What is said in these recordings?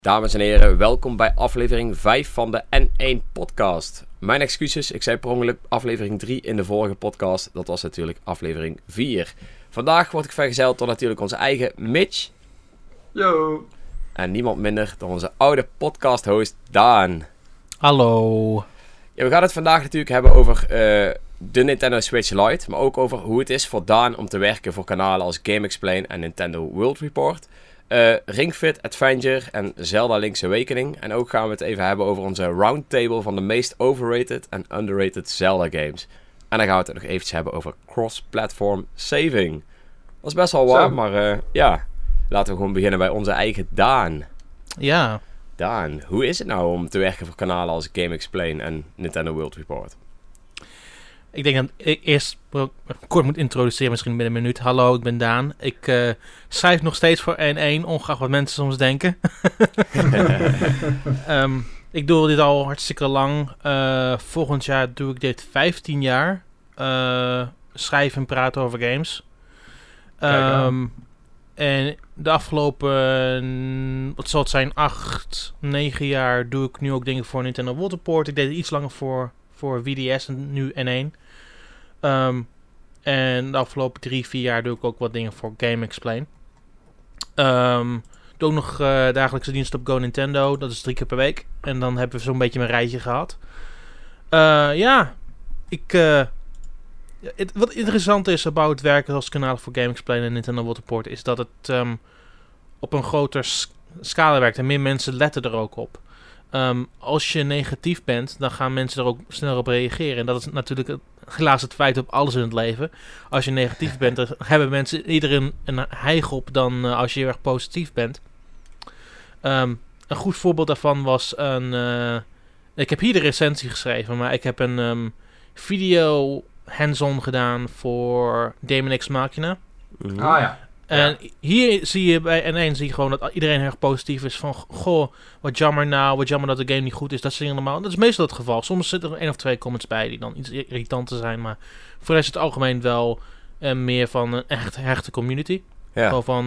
Dames en heren, welkom bij aflevering 5 van de N1 podcast. Mijn excuses, ik zei per ongeluk aflevering 3 in de vorige podcast. Dat was natuurlijk aflevering 4. Vandaag word ik vergezeld door natuurlijk onze eigen Mitch. Yo. En niemand minder dan onze oude podcast-host Daan. Hallo. Ja, we gaan het vandaag natuurlijk hebben over de Nintendo Switch Lite. Maar ook over hoe het is voor Daan om te werken voor kanalen als GameXplain en Nintendo World Report. Ring Fit Adventure en Zelda Link's Awakening. En ook gaan we het even hebben over onze roundtable van de meest overrated en underrated Zelda games. En dan gaan we het nog eventjes hebben over cross-platform saving. Dat is best wel warm, maar laten we gewoon beginnen bij onze eigen Daan. Ja. Daan, hoe is het nou om te werken voor kanalen als GameXplain en Nintendo World Report? Ik denk dat ik eerst kort moet introduceren, misschien binnen een minuut. Hallo, ik ben Daan. Ik schrijf nog steeds voor N1, ongeacht wat mensen soms denken. Ik doe dit al hartstikke lang. Volgend jaar doe ik dit 15 jaar. Schrijven en praten over games. En de afgelopen, wat zal het zijn, 8, 9 jaar doe ik nu ook dingen voor Nintendo World Report. Ik deed het iets langer voor VDS en nu N1. En de afgelopen 3, 4 jaar doe ik ook wat dingen voor GameXplain. Doe ook nog dagelijkse dienst op Go Nintendo. Dat is 3 keer per week. En dan hebben we zo'n beetje mijn rijtje gehad. Wat interessant is about het werken als kanaal voor GameXplain en Nintendo World Report is dat het op een groter scala werkt en meer mensen letten er ook op. Als je negatief bent, dan gaan mensen er ook sneller op reageren. En dat is natuurlijk helaas het feit op alles in het leven. Als je negatief bent, dan hebben mensen iedereen een hijg op dan als je heel erg positief bent. Een goed voorbeeld daarvan was ik heb hier de recensie geschreven, maar ik heb een video hands-on gedaan voor Daemon X Machina. Mm-hmm. Ah ja. En hier zie je bij N1 zie je gewoon dat iedereen heel erg positief is van goh, wat jammer dat de game niet goed is. Dat soort dingen allemaal. Dat is meestal het geval. Soms zitten er 1 of 2 comments bij die dan iets irritanter zijn, maar voor de rest is het algemeen wel meer van een echt hechte community. Ja. Gewoon van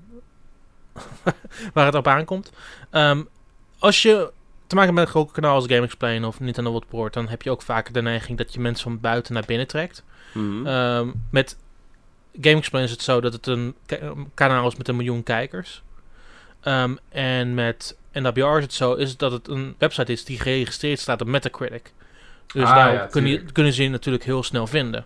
waar het op aankomt. Als je te maken hebt met een groot kanaal als GameXplain of Nintendo World Report, dan heb je ook vaak de neiging dat je mensen van buiten naar binnen trekt. Mm-hmm. Met GameXplain is het zo dat het een kanaal is met 1 miljoen kijkers. En met NWR is het zo is dat het een website is die geregistreerd staat op Metacritic. Dus daar kunnen ze je natuurlijk heel snel vinden.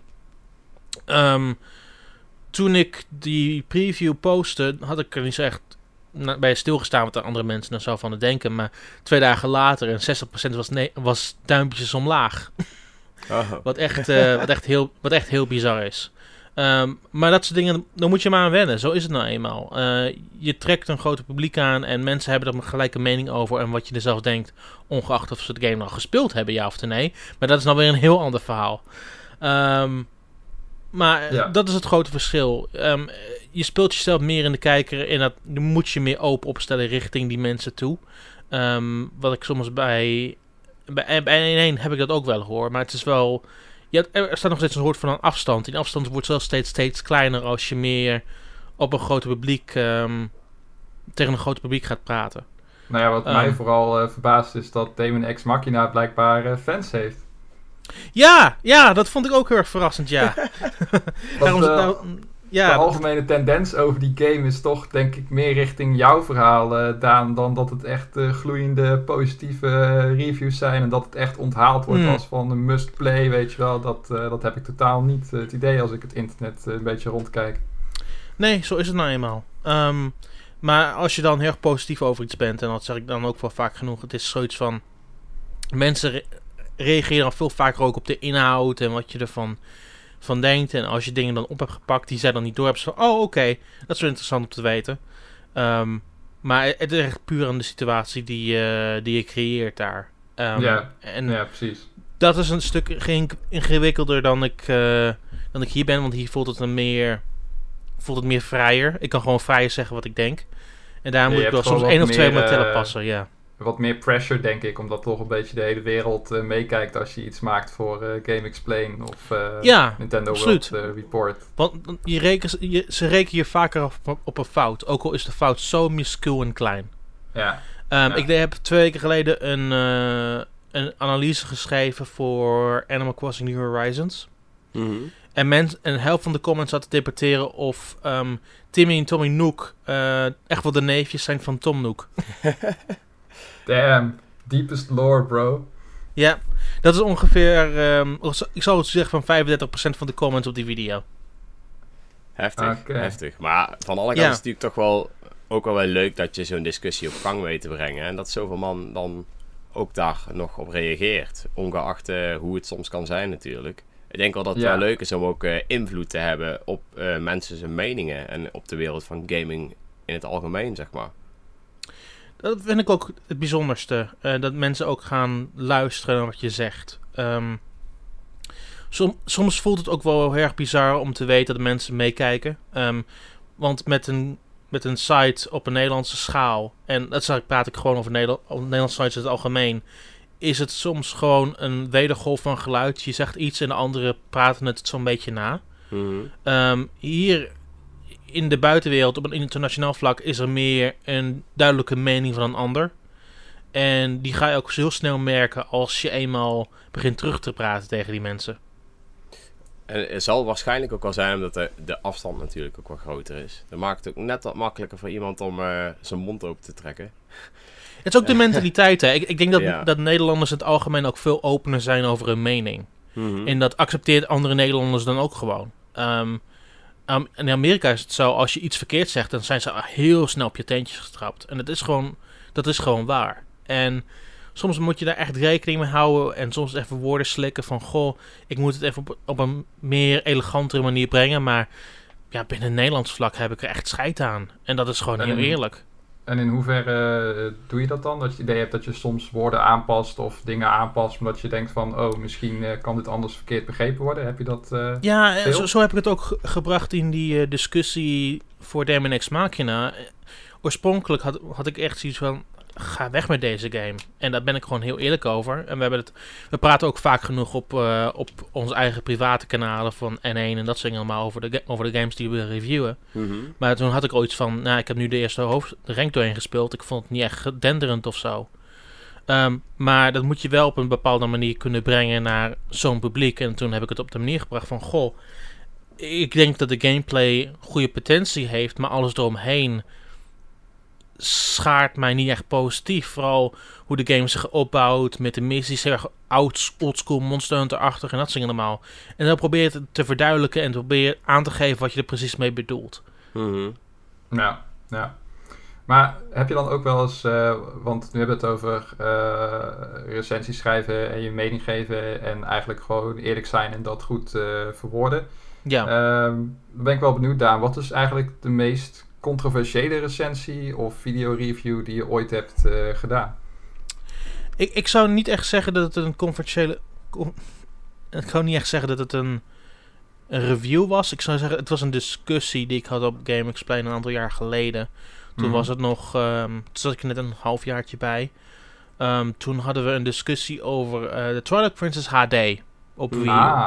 Toen ik die preview postte, had ik er niet zo echt bij stilgestaan wat de andere mensen dan zou van het denken. Maar 2 dagen later, en 60% was duimpjes omlaag. Oh. Wat echt heel bizar is. Maar dat soort dingen, dan moet je maar aan wennen. Zo is het nou eenmaal. Je trekt een groot publiek aan en mensen hebben er gelijk een mening over en wat je er zelf denkt, ongeacht of ze de game nou gespeeld hebben, ja of nee. Maar dat is nou weer een heel ander verhaal. Dat is het grote verschil. Je speelt jezelf meer in de kijker en dat moet je meer open opstellen richting die mensen toe. Wat ik soms bij N1 heb ik dat ook wel gehoord, maar het is wel... er staat nog steeds een soort van een afstand. Die afstand wordt zelfs steeds kleiner als je meer op een groot publiek tegen een groot publiek gaat praten. Nou ja, wat mij vooral verbaast is dat Daemon X Machina blijkbaar fans heeft. Ja, dat vond ik ook heel erg verrassend, ja. De algemene tendens over die game is toch, denk ik, meer richting jouw verhaal, Daan, dan dat het echt gloeiende positieve reviews zijn en dat het echt onthaald wordt als van een must-play, weet je wel. Dat heb ik totaal niet het idee als ik het internet een beetje rondkijk. Nee, zo is het nou eenmaal. Maar als je dan heel erg positief over iets bent, en dat zeg ik dan ook wel vaak genoeg, het is zoiets van, mensen reageren dan veel vaker ook op de inhoud en wat je ervan denkt. En als je dingen dan op hebt gepakt die zij dan niet door hebben, zo van, oké, dat is wel interessant om te weten. Maar het is echt puur aan de situatie die je creëert daar. Ja, precies. Dat is een stuk ingewikkelder dan ik hier ben, want hier voelt het meer vrijer. Ik kan gewoon vrijer zeggen wat ik denk. En daar moet ik wel soms 1 of 2 op mijn tellen passen, ja. Wat meer pressure, denk ik, omdat toch een beetje de hele wereld meekijkt als je iets maakt voor GameXplain of Nintendo absoluut. World Report. Want ze rekenen je vaker op een fout, ook al is de fout zo minuscuul en klein. Ja. Ik heb 2 weken geleden een analyse geschreven voor Animal Crossing New Horizons. Mhm. En de helft van de comments had te debatteren of Timmy en Tommy Nook echt wel de neefjes zijn van Tom Nook. Damn, deepest lore, bro. Ja, dat is ongeveer, ik zou het zeggen, van 35% van de comments op die video. Heftig. Maar van alle kanten is het natuurlijk toch wel ook wel leuk dat je zo'n discussie op gang weet te brengen. En dat zoveel man dan ook daar nog op reageert. Ongeacht hoe het soms kan zijn natuurlijk. Ik denk wel dat het wel leuk is om ook invloed te hebben op mensen zijn meningen. En op de wereld van gaming in het algemeen, zeg maar. Dat vind ik ook het bijzonderste. Dat mensen ook gaan luisteren naar wat je zegt. Soms voelt het ook wel heel erg bizar om te weten dat de mensen meekijken. Want met een site op een Nederlandse schaal, en dat praat ik gewoon over Nederlandse sites in het algemeen, is het soms gewoon een wedergolf van geluid. Je zegt iets en de anderen praten het zo'n beetje na. Mm-hmm. Hier in de buitenwereld, op een internationaal vlak, is er meer een duidelijke mening van een ander. En die ga je ook heel snel merken als je eenmaal begint terug te praten tegen die mensen. En het zal waarschijnlijk ook wel zijn omdat de afstand natuurlijk ook wat groter is. Dat maakt het ook net wat makkelijker voor iemand om zijn mond open te trekken. Het is ook de mentaliteit, hè. Ik denk dat Nederlanders in het algemeen ook veel opener zijn over hun mening. Mm-hmm. En dat accepteert andere Nederlanders dan ook gewoon. In Amerika is het zo, als je iets verkeerd zegt, dan zijn ze heel snel op je teentjes getrapt. En dat is gewoon waar. En soms moet je daar echt rekening mee houden en soms even woorden slikken van, goh, ik moet het even op een meer elegantere manier brengen, maar ja, binnen een Nederlands vlak heb ik er echt scheid aan. En dat is gewoon heel eerlijk. En in hoeverre doe je dat dan? Dat je het idee hebt dat je soms woorden aanpast of dingen aanpast, omdat je denkt van, oh, misschien kan dit anders verkeerd begrepen worden. Heb je dat zo heb ik het ook gebracht in die discussie voor Daemon X Machina. Oorspronkelijk had ik echt zoiets van, ga weg met deze game. En daar ben ik gewoon heel eerlijk over. En we praten ook vaak genoeg op onze eigen private kanalen van N1 en dat soort dingen allemaal over de games die we reviewen. Mm-hmm. Maar toen had ik ooit van, ik heb nu de eerste rank doorheen gespeeld. Ik vond het niet echt denderend of zo. Maar dat moet je wel op een bepaalde manier kunnen brengen naar zo'n publiek. En toen heb ik het op de manier gebracht van, goh, ik denk dat de gameplay goede potentie heeft, maar alles eromheen schaart mij niet echt positief. Vooral hoe de game zich opbouwt met de missies, heel erg oldschool Monster Hunter-achtig en dat soort dingen allemaal. En dan probeer je het te verduidelijken en probeer aan te geven wat je er precies mee bedoelt. Mm-hmm. Ja. Maar heb je dan ook wel eens, want nu hebben we het over recensies schrijven en je mening geven en eigenlijk gewoon eerlijk zijn en dat goed verwoorden. Ja. Dan ben ik wel benieuwd, Daan. Wat is eigenlijk de meest controversiële recensie of videoreview die je ooit hebt gedaan? Ik zou niet echt zeggen dat het een controversiële... Ik zou niet echt zeggen dat het een review was. Ik zou zeggen, het was een discussie die ik had op GameXplain een aantal jaar geleden. Toen was het nog... toen zat ik net een halfjaartje bij. Toen hadden we een discussie over de Twilight Princess HD op Wii U.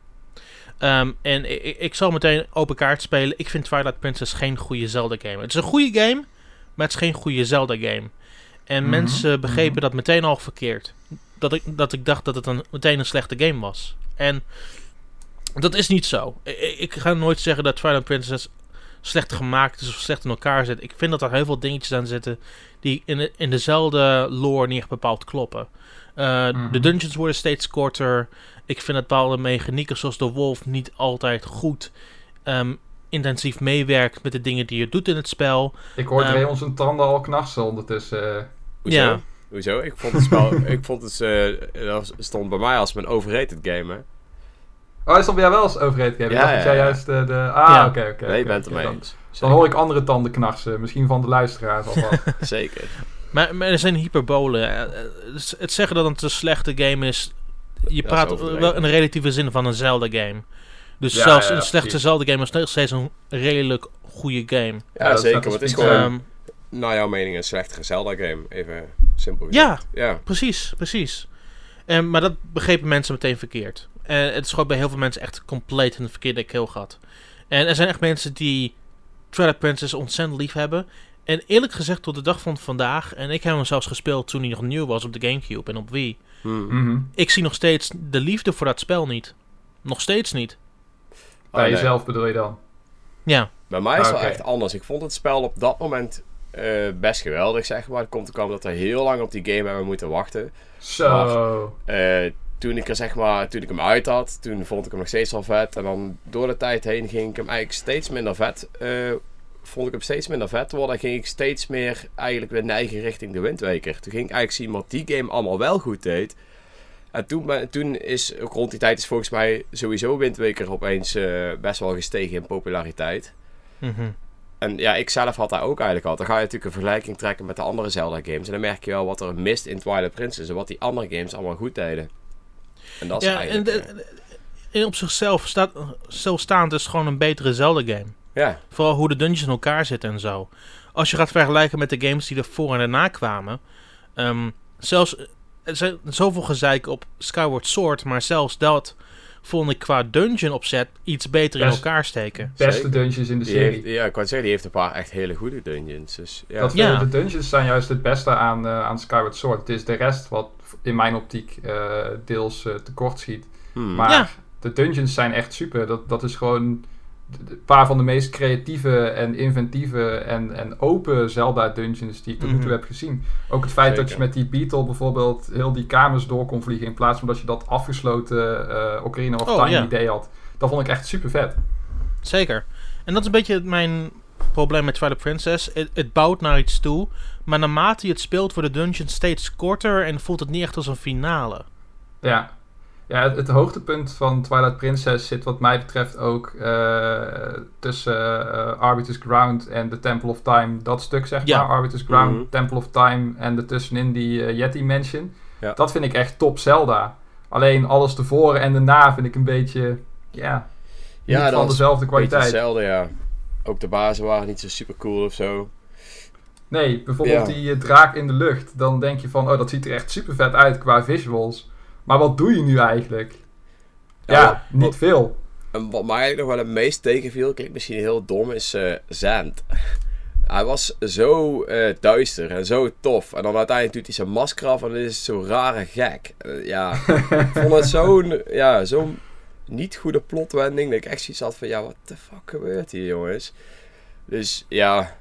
En ik zal meteen open kaart spelen. Ik vind Twilight Princess geen goede Zelda-game. Het is een goede game, maar het is geen goede Zelda-game. En mensen begrepen dat meteen al verkeerd. Dat ik dacht dat het meteen een slechte game was. En dat is niet zo. Ik ga nooit zeggen dat Twilight Princess slecht gemaakt is of slecht in elkaar zit. Ik vind dat er heel veel dingetjes aan zitten die in dezelfde lore niet echt bepaald kloppen. De dungeons worden steeds korter. Ik vind dat bepaalde mechanieken zoals de wolf niet altijd goed intensief meewerkt met de dingen die je doet in het spel. Ik hoor Rayon zijn tanden al knarsen ondertussen. Hoezo? Ik vond het spel... dat stond bij mij als mijn overrated game, hè. Oh, dat stond bij jou wel als overrated game? Ja, jij juist oké. Nee, je bent ermee eens. Dan hoor ik andere tanden knarsen. Misschien van de luisteraars alvast. Zeker. Maar er zijn hyperbolen. Het zeggen dat het een slechte game is... Je praat wel in een relatieve zin van een Zelda-game. Dus zelfs een slechte Zelda-game is nog steeds een redelijk goede game. Ja, zeker. Maar het is gewoon, naar jouw mening, een slechtere Zelda-game. Even simpel gezegd. Ja, precies. Maar dat begrepen mensen meteen verkeerd. En het is gewoon bij heel veel mensen echt compleet in het verkeerde keel gehad. En er zijn echt mensen die Twilight Princess ontzettend lief hebben. En eerlijk gezegd, tot de dag van vandaag, en ik heb hem zelfs gespeeld toen hij nog nieuw was op de Gamecube en op Wii. Ik zie nog steeds de liefde voor dat spel niet. Nog steeds niet. Bij jezelf bedoel je dan? Ja. Bij mij is het wel echt anders. Ik vond het spel op dat moment best geweldig, zeg maar. Het komt te komen dat we heel lang op die game hebben moeten wachten. Zo. Maar, toen ik hem uit had, toen vond ik hem nog steeds wel vet. En dan door de tijd heen ging ik hem eigenlijk steeds minder vet. Vond ik hem steeds minder vet worden. En ging ik steeds meer eigenlijk weer neigen richting de Wind Waker. Toen ging ik eigenlijk zien wat die game allemaal wel goed deed. En toen is, ook rond die tijd is volgens mij sowieso Wind Waker opeens best wel gestegen in populariteit. En ja, ik zelf had daar ook eigenlijk al. Dan ga je natuurlijk een vergelijking trekken met de andere Zelda games. En dan merk je wel wat er mist in Twilight Princess. En wat die andere games allemaal goed deden. En dat is eigenlijk... En op zichzelf stilstaand is gewoon een betere Zelda-game. Ja. Vooral hoe de dungeons in elkaar zitten en zo. Als je gaat vergelijken met de games die er voor en daarna kwamen. Zelfs er zijn zoveel gezeik op Skyward Sword. Maar zelfs dat vond ik qua dungeon opzet iets beter in elkaar steken. Beste dungeons in de serie. Ik wou zeggen, die heeft een paar echt hele goede dungeons. Dus, De dungeons zijn juist het beste aan Skyward Sword. Het is de rest wat in mijn optiek deels tekort schiet. Maar de dungeons zijn echt super. Dat is gewoon een paar van de meest creatieve en inventieve en open Zelda dungeons die ik tot nu toe heb gezien. Ook het feit dat je met die Beetle bijvoorbeeld heel die kamers door kon vliegen in plaats van dat je dat afgesloten Ocarina of Time idee had. Dat vond ik echt super vet. Zeker. En dat is een beetje mijn probleem met Twilight Princess. Het bouwt naar iets toe, maar naarmate je het speelt worden de dungeons steeds korter en voelt het niet echt als een finale. Ja. Ja, het hoogtepunt van Twilight Princess zit wat mij betreft ook tussen Arbitr's Ground en The Temple of Time. Dat stuk zeg maar, Arbitr's Ground, Temple of Time en ertussenin die Yeti Mansion. Ja. Dat vind ik echt top Zelda. Alleen alles tevoren en daarna vind ik een beetje, niet van dezelfde kwaliteit. Hetzelfde, ja. Ook de bazen waren niet zo super cool of zo. Nee, bijvoorbeeld die draak in de lucht. Dan denk je van, dat ziet er echt super vet uit qua visuals. Maar wat doe je nu eigenlijk? Niet veel. En wat mij eigenlijk nog wel het meest tegenviel, klinkt misschien heel dom, is Zand. Hij was zo duister en zo tof. En dan uiteindelijk doet hij zijn masker af en dan is het zo'n rare gek. Ik vond het zo'n niet goede plotwending. Dat ik echt zoiets had van, wat de fuck gebeurt hier, jongens? Dus Ja.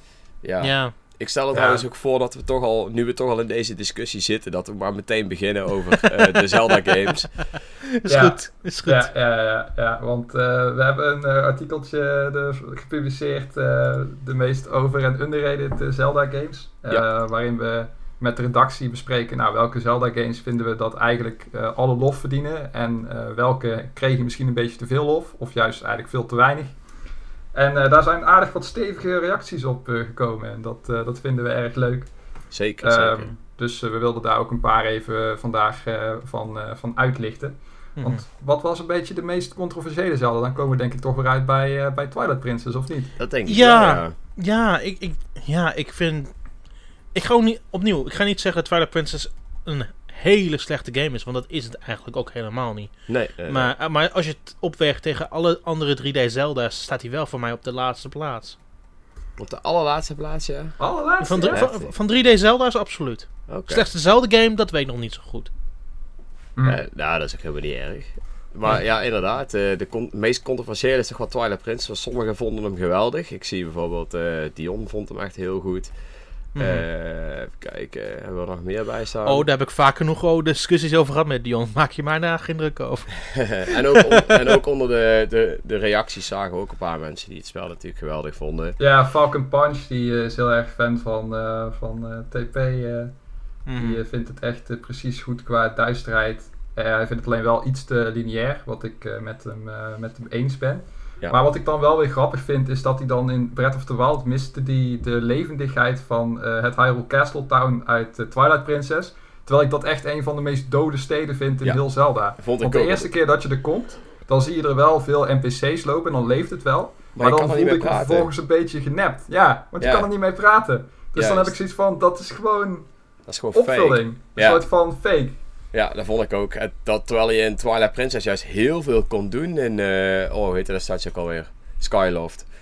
Ik stel het trouwens ook voor dat we nu we toch al in deze discussie zitten, dat we maar meteen beginnen over de Zelda games. Is goed. Ja, want we hebben een artikeltje gepubliceerd, de meest over- en underrated Zelda games. Waarin we met de redactie bespreken, welke Zelda games vinden we dat eigenlijk alle lof verdienen. En welke kregen misschien een beetje te veel lof, of juist eigenlijk veel te weinig. En daar zijn aardig wat stevige reacties op gekomen. En dat vinden we erg leuk. Zeker. Dus we wilden daar ook een paar even vandaag van uitlichten. Want wat was een beetje de meest controversiële Zelda? Dan komen we denk ik toch weer uit bij Twilight Princess, of niet? Dat denk ik wel, ik vind... Ik ga niet zeggen dat Twilight Princess een hele slechte game is, want dat is het eigenlijk ook helemaal niet. Nee. Maar als je het opweegt tegen alle andere 3D Zelda's, staat hij wel voor mij op de laatste plaats. Op de allerlaatste plaats, ja? Van 3D Zelda's, absoluut. Okay. Slechtste Zelda-game, dat weet ik nog niet zo goed. Dat is ook helemaal niet erg. Maar inderdaad, de meest controversiële is toch wel Twilight Princess. Want sommigen vonden hem geweldig. Ik zie bijvoorbeeld Dion vond hem echt heel goed. Even kijken, hebben we er nog meer bij staan? Daar heb ik vaak genoeg discussies over gehad met Dion. Maak je maar daar geen druk over. en ook onder de reacties zagen we ook een paar mensen die het spel natuurlijk geweldig vonden. Ja, Falcon Punch, die is heel erg fan van TP. Die vindt het echt precies goed qua duisterheid. Hij vindt het alleen wel iets te lineair, wat ik met hem eens ben. Ja. Maar wat ik dan wel weer grappig vind, is dat hij dan in Breath of the Wild miste de levendigheid van het Hyrule Castle Town uit Twilight Princess. Terwijl ik dat echt een van de meest dode steden vind in heel Zelda. Want de eerste keer dat je er komt, dan zie je er wel veel NPC's lopen en dan leeft het wel. Maar dan voel ik me vervolgens een beetje genept. Ja, want je kan er niet mee praten. Dus dan heb ik zoiets van, dat is gewoon opvulling. Een soort van fake. Ja, dat vond ik ook. Terwijl je in Twilight Princess juist heel veel kon doen in... hoe heette dat stadje ook alweer? Skyloft.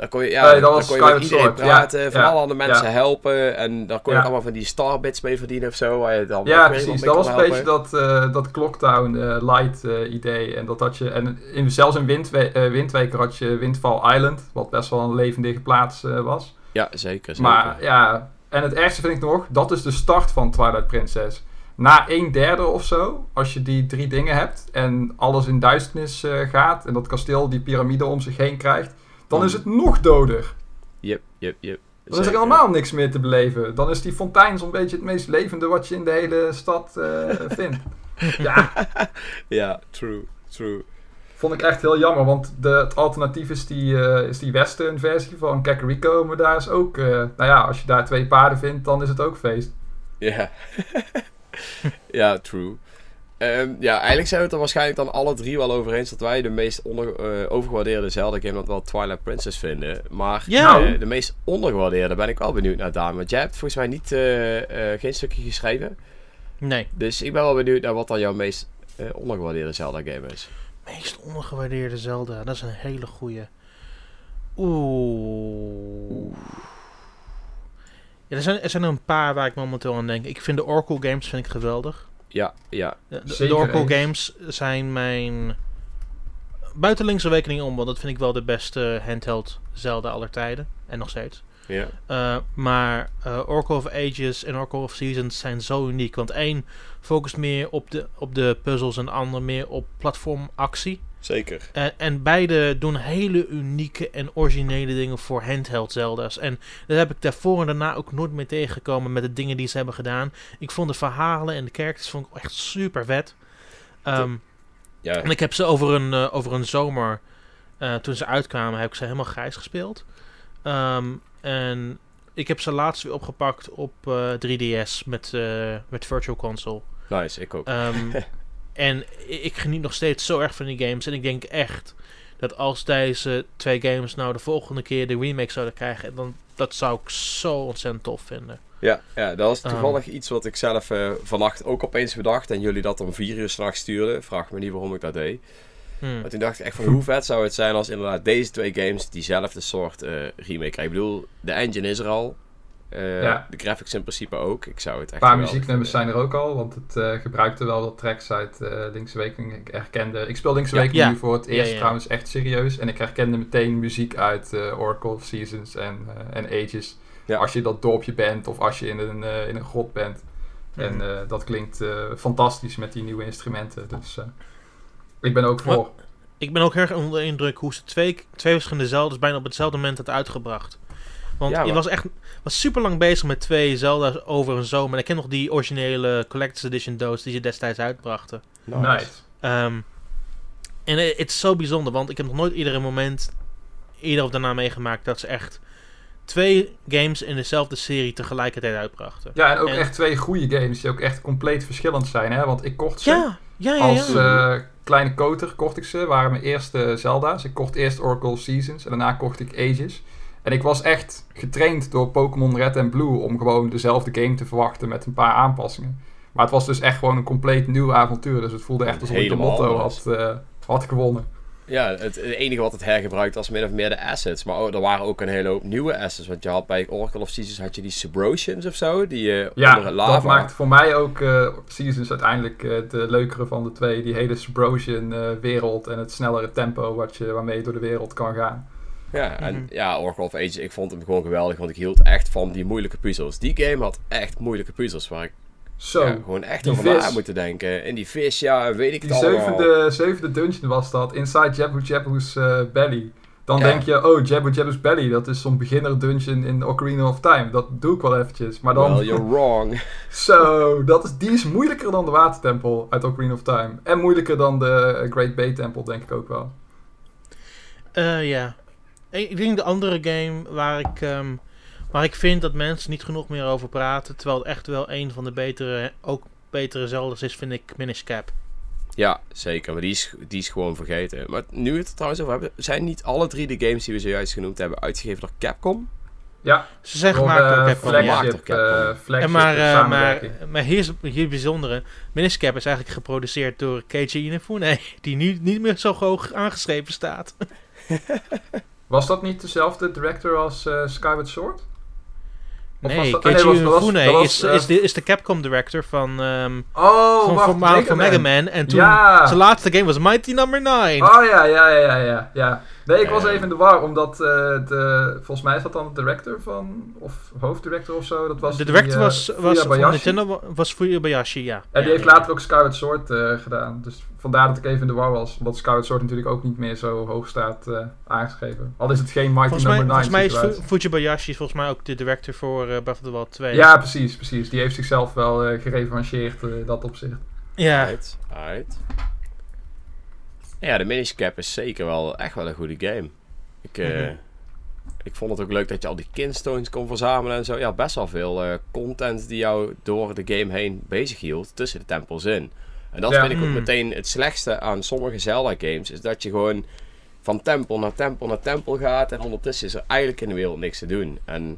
Daar kon je, dat was daar kon je met Skyward iedereen Sword. praten, van alle andere mensen Ja. helpen. En daar kon je ook allemaal van die starbits mee verdienen of zo. Waar je dan Ja, ook weer precies. iemand Dat mee was kon een beetje helpen. dat Clocktown Light idee. En dat had je... En zelfs in Windweker had je Windfall Island. Wat best wel een levendige plaats was. Ja, zeker. Maar ja... En het ergste vind ik nog... Dat is de start van Twilight Princess. Na 1/3 of zo... Als je die 3 dingen hebt... En alles in duisternis gaat... En dat kasteel die piramide om zich heen krijgt... Dan is het nog doder. Yep. Dan is er helemaal niks meer te beleven. Dan is die fontein zo'n beetje het meest levende wat je in de hele stad vindt. Ja, Ja, true. vond ik echt heel jammer. Want het alternatief is die western versie van Kakariko. Maar daar is ook... als je daar 2 paarden vindt, dan is het ook feest. Ja. Ja, true. Eigenlijk zijn we het er waarschijnlijk dan alle 3 wel over eens dat wij de meest overgewaardeerde Zelda-game dat wel Twilight Princess vinden. Maar de meest ondergewaardeerde ben ik wel benieuwd naar, Daan. Want jij hebt volgens mij niet geen stukje geschreven. Nee. Dus ik ben wel benieuwd naar wat dan jouw meest ondergewaardeerde Zelda-game is. Meest ondergewaardeerde Zelda, dat is een hele goeie. Oeh. Ja, er zijn er een paar waar ik momenteel aan denk. Ik vind de Oracle games vind ik geweldig. Ja. De Oracle games zijn mijn... Buiten Link's Awakening om, want dat vind ik wel de beste handheld Zelda aller tijden. En nog steeds. Ja. Maar Oracle of Ages en Oracle of Seasons zijn zo uniek. Want één focust meer op de puzzels en de ander meer op platformactie. Zeker. En beide doen hele unieke en originele dingen voor handheld Zelda's. En dat heb ik daarvoor en daarna ook nooit meer tegengekomen met de dingen die ze hebben gedaan. Ik vond de verhalen en de characters vond ik echt super vet. En ik heb ze over een zomer, toen ze uitkwamen, heb ik ze helemaal grijs gespeeld. En ik heb ze laatst weer opgepakt op 3DS met Virtual Console. Nice, ik ook. En ik geniet nog steeds zo erg van die games. En ik denk echt dat als deze 2 games nou de volgende keer de remake zouden krijgen, dan dat zou ik zo ontzettend tof vinden. Ja, dat was toevallig iets wat ik zelf vannacht ook opeens bedacht. En jullie dat om 4 uur 's nachts stuurden. Vraag me niet waarom ik dat deed. Maar toen dacht ik echt van hoe vet zou het zijn als inderdaad deze 2 games diezelfde soort remake krijgen. Ik bedoel, de engine is er al. De graphics in principe ook. Ik zou het echt Een paar muzieknummers zijn er ook al, want het gebruikte wel wat tracks uit Link's Awakening. Ik speel Link's Awakening nu voor het eerst trouwens echt serieus. En ik herkende meteen muziek uit Oracle of Seasons en Ages. Ja. Als je dat dorpje bent of als je in een grot bent. En dat klinkt fantastisch met die nieuwe instrumenten. Dus ik ben ook voor. Ik ben ook erg onder de indruk hoe ze twee verschillende Zelda's bijna op hetzelfde moment had uitgebracht. Want je was super lang bezig met 2 Zelda's over een zomer. En ik ken nog die originele Collector's Edition doos die ze destijds uitbrachten. Nice. En het is zo bijzonder, want ik heb nog nooit eerder of daarna meegemaakt dat ze echt 2 games in dezelfde serie tegelijkertijd uitbrachten. Ja, en ook echt 2 goede games die ook echt compleet verschillend zijn, hè? Want ik kocht ze als kleine koter kocht ik ze, waren mijn eerste Zelda's. Ik kocht eerst Oracle of Seasons en daarna kocht ik Ages. En ik was echt getraind door Pokémon Red en Blue om gewoon dezelfde game te verwachten met een paar aanpassingen. Maar het was dus echt gewoon een compleet nieuw avontuur. Dus het voelde echt alsof ik de motto had gewonnen. Ja, het enige wat het hergebruikt was min of meer de assets. Maar er waren ook een hele hoop nieuwe assets. Want je had bij Oracle of Seasons had je die Subrosians of zo. Die onder het lava. Dat maakt voor mij ook Seasons uiteindelijk de leukere van de 2. Die hele Subrosian wereld en het snellere tempo waarmee je door de wereld kan gaan. Ja, en Oracle of Ages, ik vond hem gewoon geweldig, want ik hield echt van die moeilijke puzzels. Die game had echt moeilijke puzzels, waar ik gewoon echt over na moeten denken. En die vis, weet ik het allemaal. Die 7e dungeon was dat, Inside Jabu Jabu's Belly. Dan denk je, Jabu Jabu's Belly, dat is zo'n beginner dungeon in Ocarina of Time. Dat doe ik wel eventjes, maar dan... Well, you're wrong. Die is moeilijker dan de watertempel uit Ocarina of Time. En moeilijker dan de Great Bay Temple, denk ik ook wel. Ja. Ik denk de andere game waar ik vind dat mensen niet genoeg meer over praten, terwijl het echt wel een van de betere Zelda's is, vind ik Minish Cap. Ja, zeker. Maar die is gewoon vergeten. Maar nu we het er trouwens over hebben, zijn niet alle 3 de games die we zojuist genoemd hebben uitgegeven door Capcom? Ja. Ze zijn gemaakt door Capcom. Maar hier is het bijzondere. Minish Cap is eigenlijk geproduceerd door Keiji Inafune, die nu niet meer zo hoog aangeschreven staat. Was dat niet dezelfde director als Skyward Sword? Nee, Keiji Inafune is de Capcom director van Mega Man. En toen zijn laatste game was Mighty Number 9. Oh ja. Nee, ik was even in de war, omdat volgens mij is dat dan de director van, of hoofddirector of zo. Dat was de director was van Nintendo, was Fujibayashi, ja. En die heeft later ook Skyward Sword gedaan. Dus vandaar dat ik even in de war was. Omdat Skyward Sword natuurlijk ook niet meer zo hoog staat aangeschreven. Al is het geen Mighty Number 9 Volgens mij is Fujibayashi volgens mij ook de director voor Breath of the Wild 2. Ja, precies. Die heeft zichzelf wel gerevancheerd in dat opzicht. Ja. Right. Ja, de Minish Cap is zeker wel echt wel een goede game. Ik vond het ook leuk dat je al die kinstones kon verzamelen en zo. Ja, best wel veel content die jou door de game heen bezig hield tussen de tempels in. En dat vind ik ook meteen het slechtste aan sommige Zelda games. Is dat je gewoon van tempel naar tempel naar tempel gaat. En ondertussen is er eigenlijk in de wereld niks te doen. En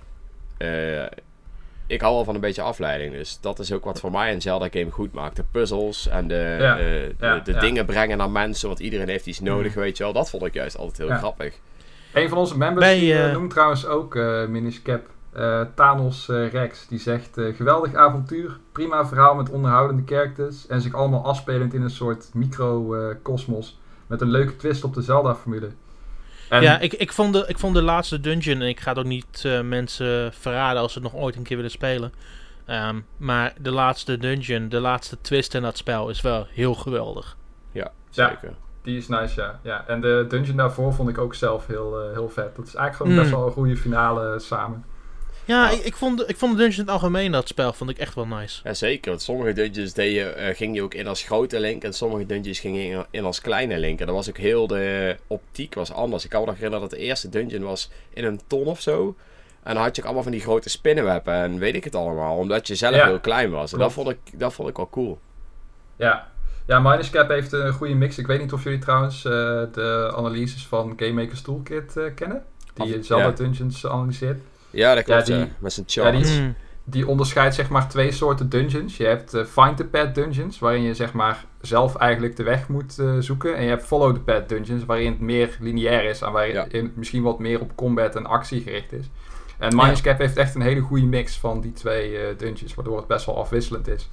ik hou wel van een beetje afleiding. Dus dat is ook wat voor mij een Zelda game goed maakt. De puzzels en de dingen brengen naar mensen. Want iedereen heeft iets nodig, weet je wel. Dat vond ik juist altijd heel grappig. Een van onze members noemt trouwens ook Minish Cap. Thanos Rex. Die zegt, geweldig avontuur. Prima verhaal met onderhoudende characters. En zich allemaal afspelend in een soort microcosmos. Met een leuke twist op de Zelda-formule. Ja, ik vond de laatste dungeon, en ik ga het ook niet mensen verraden als ze het nog ooit een keer willen spelen. Maar de laatste dungeon, de laatste twist in dat spel is wel heel geweldig. Ja, zeker. Ja, die is nice, ja. En de dungeon daarvoor vond ik ook zelf heel vet. Dat is eigenlijk gewoon best wel een goede finale samen. Ja, ik vond de dungeon in het algemeen, dat spel, vond ik echt wel nice. Ja, zeker. Want sommige dungeons ging je ook in als grote Link. En sommige dungeons ging in als kleine Link. En dat was ook heel de optiek was anders. Ik kan me nog herinneren dat de eerste dungeon was in een ton of zo. En dan had je ook allemaal van die grote spinnenwebben en weet ik het allemaal. Omdat je zelf heel klein was. En dat vond ik wel cool. Ja, Minish Cap heeft een goede mix. Ik weet niet of jullie trouwens de analyses van Game Maker's Toolkit kennen. Die Zelda dungeons analyseert. Ja, dat klopt. Met zijn chart. Die onderscheidt zeg maar twee soorten dungeons. Je hebt Find the Path dungeons, waarin je zeg maar zelf eigenlijk de weg moet zoeken. En je hebt Follow the Path dungeons, waarin het meer lineair is. En waarin het misschien wat meer op combat en actie gericht is. En Minish Cap heeft echt een hele goede mix van die twee dungeons, waardoor het best wel afwisselend is.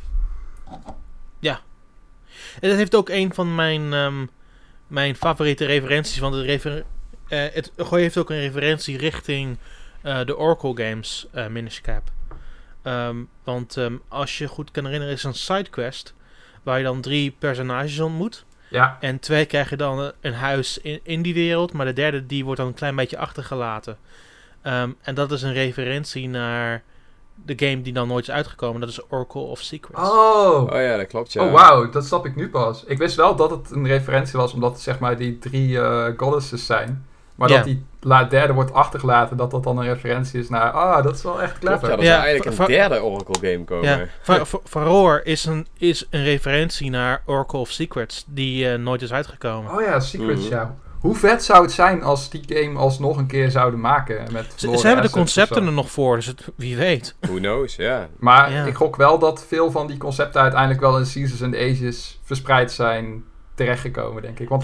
Ja. En dat heeft ook een van mijn favoriete referenties. Want het heeft ook een referentie richting de Oracle games, Minish Cap. Want als je goed kan herinneren, is een sidequest waar je dan 3 personages ontmoet. Ja. En 2 krijgen dan een huis in die wereld, maar de derde die wordt dan een klein beetje achtergelaten. En dat is een referentie naar de game die dan nooit is uitgekomen. Dat is Oracle of Secrets. Oh ja, dat klopt, ja. Oh, wauw, dat snap ik nu pas. Ik wist wel dat het een referentie was, omdat het zeg maar die 3 goddesses zijn. Maar dat die derde wordt achtergelaten, dat dan een referentie is naar... dat is wel echt clever. Klopt, ja, dat is eigenlijk een derde Oracle game komen. Ja, Faror is een referentie naar Oracle of Secrets, die nooit is uitgekomen. Oh ja, Secrets, ja. Hoe vet zou het zijn als die game alsnog een keer zouden maken? Ze hebben de concepten er nog voor, dus wie weet. Who knows, ja. Maar ik gok wel dat veel van die concepten uiteindelijk wel in Seasons and Ages verspreid zijn terechtgekomen, denk ik. Want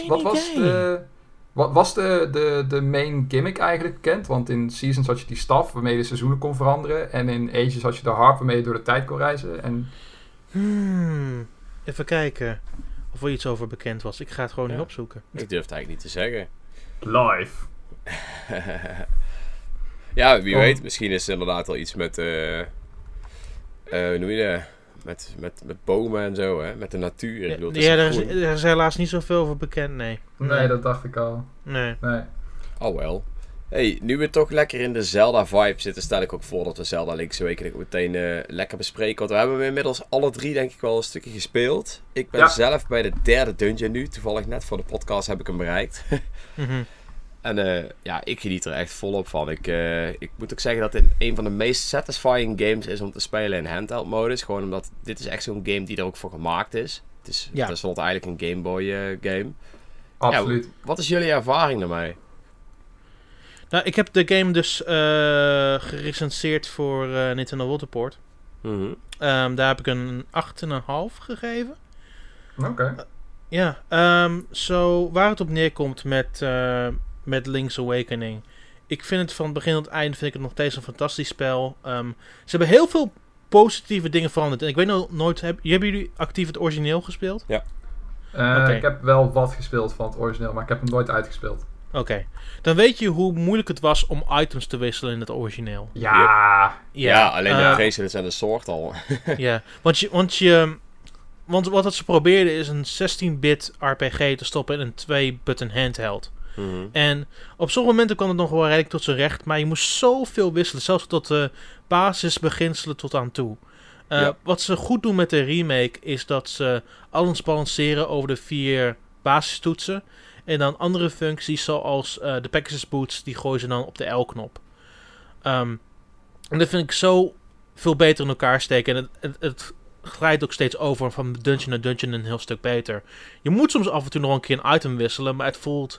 wat was de main gimmick eigenlijk bekend? Want in Seasons had je die staf waarmee je de seizoenen kon veranderen. En in Ages had je de harp waarmee je door de tijd kon reizen. En... Even kijken of er iets over bekend was. Ik ga het gewoon niet opzoeken. Ik durf het eigenlijk niet te zeggen. Live. Ja, wie weet. Misschien is er inderdaad al iets met... hoe noem je dat? Met bomen en zo, hè? Met de natuur. Ik bedoel, er is helaas niet zoveel over bekend, nee. Nee, dat dacht ik al. Nee. Oh wel. Hey, nu we toch lekker in de Zelda-vibe zitten, stel ik ook voor dat we Zelda Link's Awakening meteen lekker bespreken. Want we hebben inmiddels alle 3 denk ik wel een stukje gespeeld. Ik ben zelf bij de 3e dungeon nu. Toevallig net voor de podcast heb ik hem bereikt. En ik geniet er echt volop van. Ik moet ook zeggen dat dit een van de meest satisfying games is om te spelen in handheld modus. Gewoon omdat dit is echt zo'n game die er ook voor gemaakt is. Het is tenslotte eigenlijk een Game Boy game. Absoluut. Ja, wat is jullie ervaring daarmee? Nou, ik heb de game dus gerecenseerd voor Nintendo World Report. Daar heb ik een 8,5 gegeven. Oké. Waar het op neerkomt met met Link's Awakening. Ik vind het van het begin tot het einde vind ik het nog steeds een fantastisch spel. Ze hebben heel veel positieve dingen veranderd. En ik weet nooit, hebben jullie actief het origineel gespeeld? Ja. Ik heb wel wat gespeeld van het origineel, maar ik heb hem nooit uitgespeeld. Oké. Dan weet je hoe moeilijk het was om items te wisselen in het origineel. Ja. Alleen de vreselijks en de soort al. Ja, want wat ze probeerden is een 16-bit RPG te stoppen in een 2-button handheld. Mm-hmm. En op sommige momenten kwam het nog wel redelijk tot zijn recht, maar je moest zoveel wisselen, zelfs tot de basisbeginselen tot aan toe. Wat ze goed doen met de remake is dat ze alles balanceren over de 4 basistoetsen. En dan andere functies zoals de Pegasus Boots, die gooien ze dan op de L-knop. En dat vind ik zo veel beter in elkaar steken. En het glijdt ook steeds over van dungeon naar dungeon een heel stuk beter. Je moet soms af en toe nog een keer een item wisselen, maar het voelt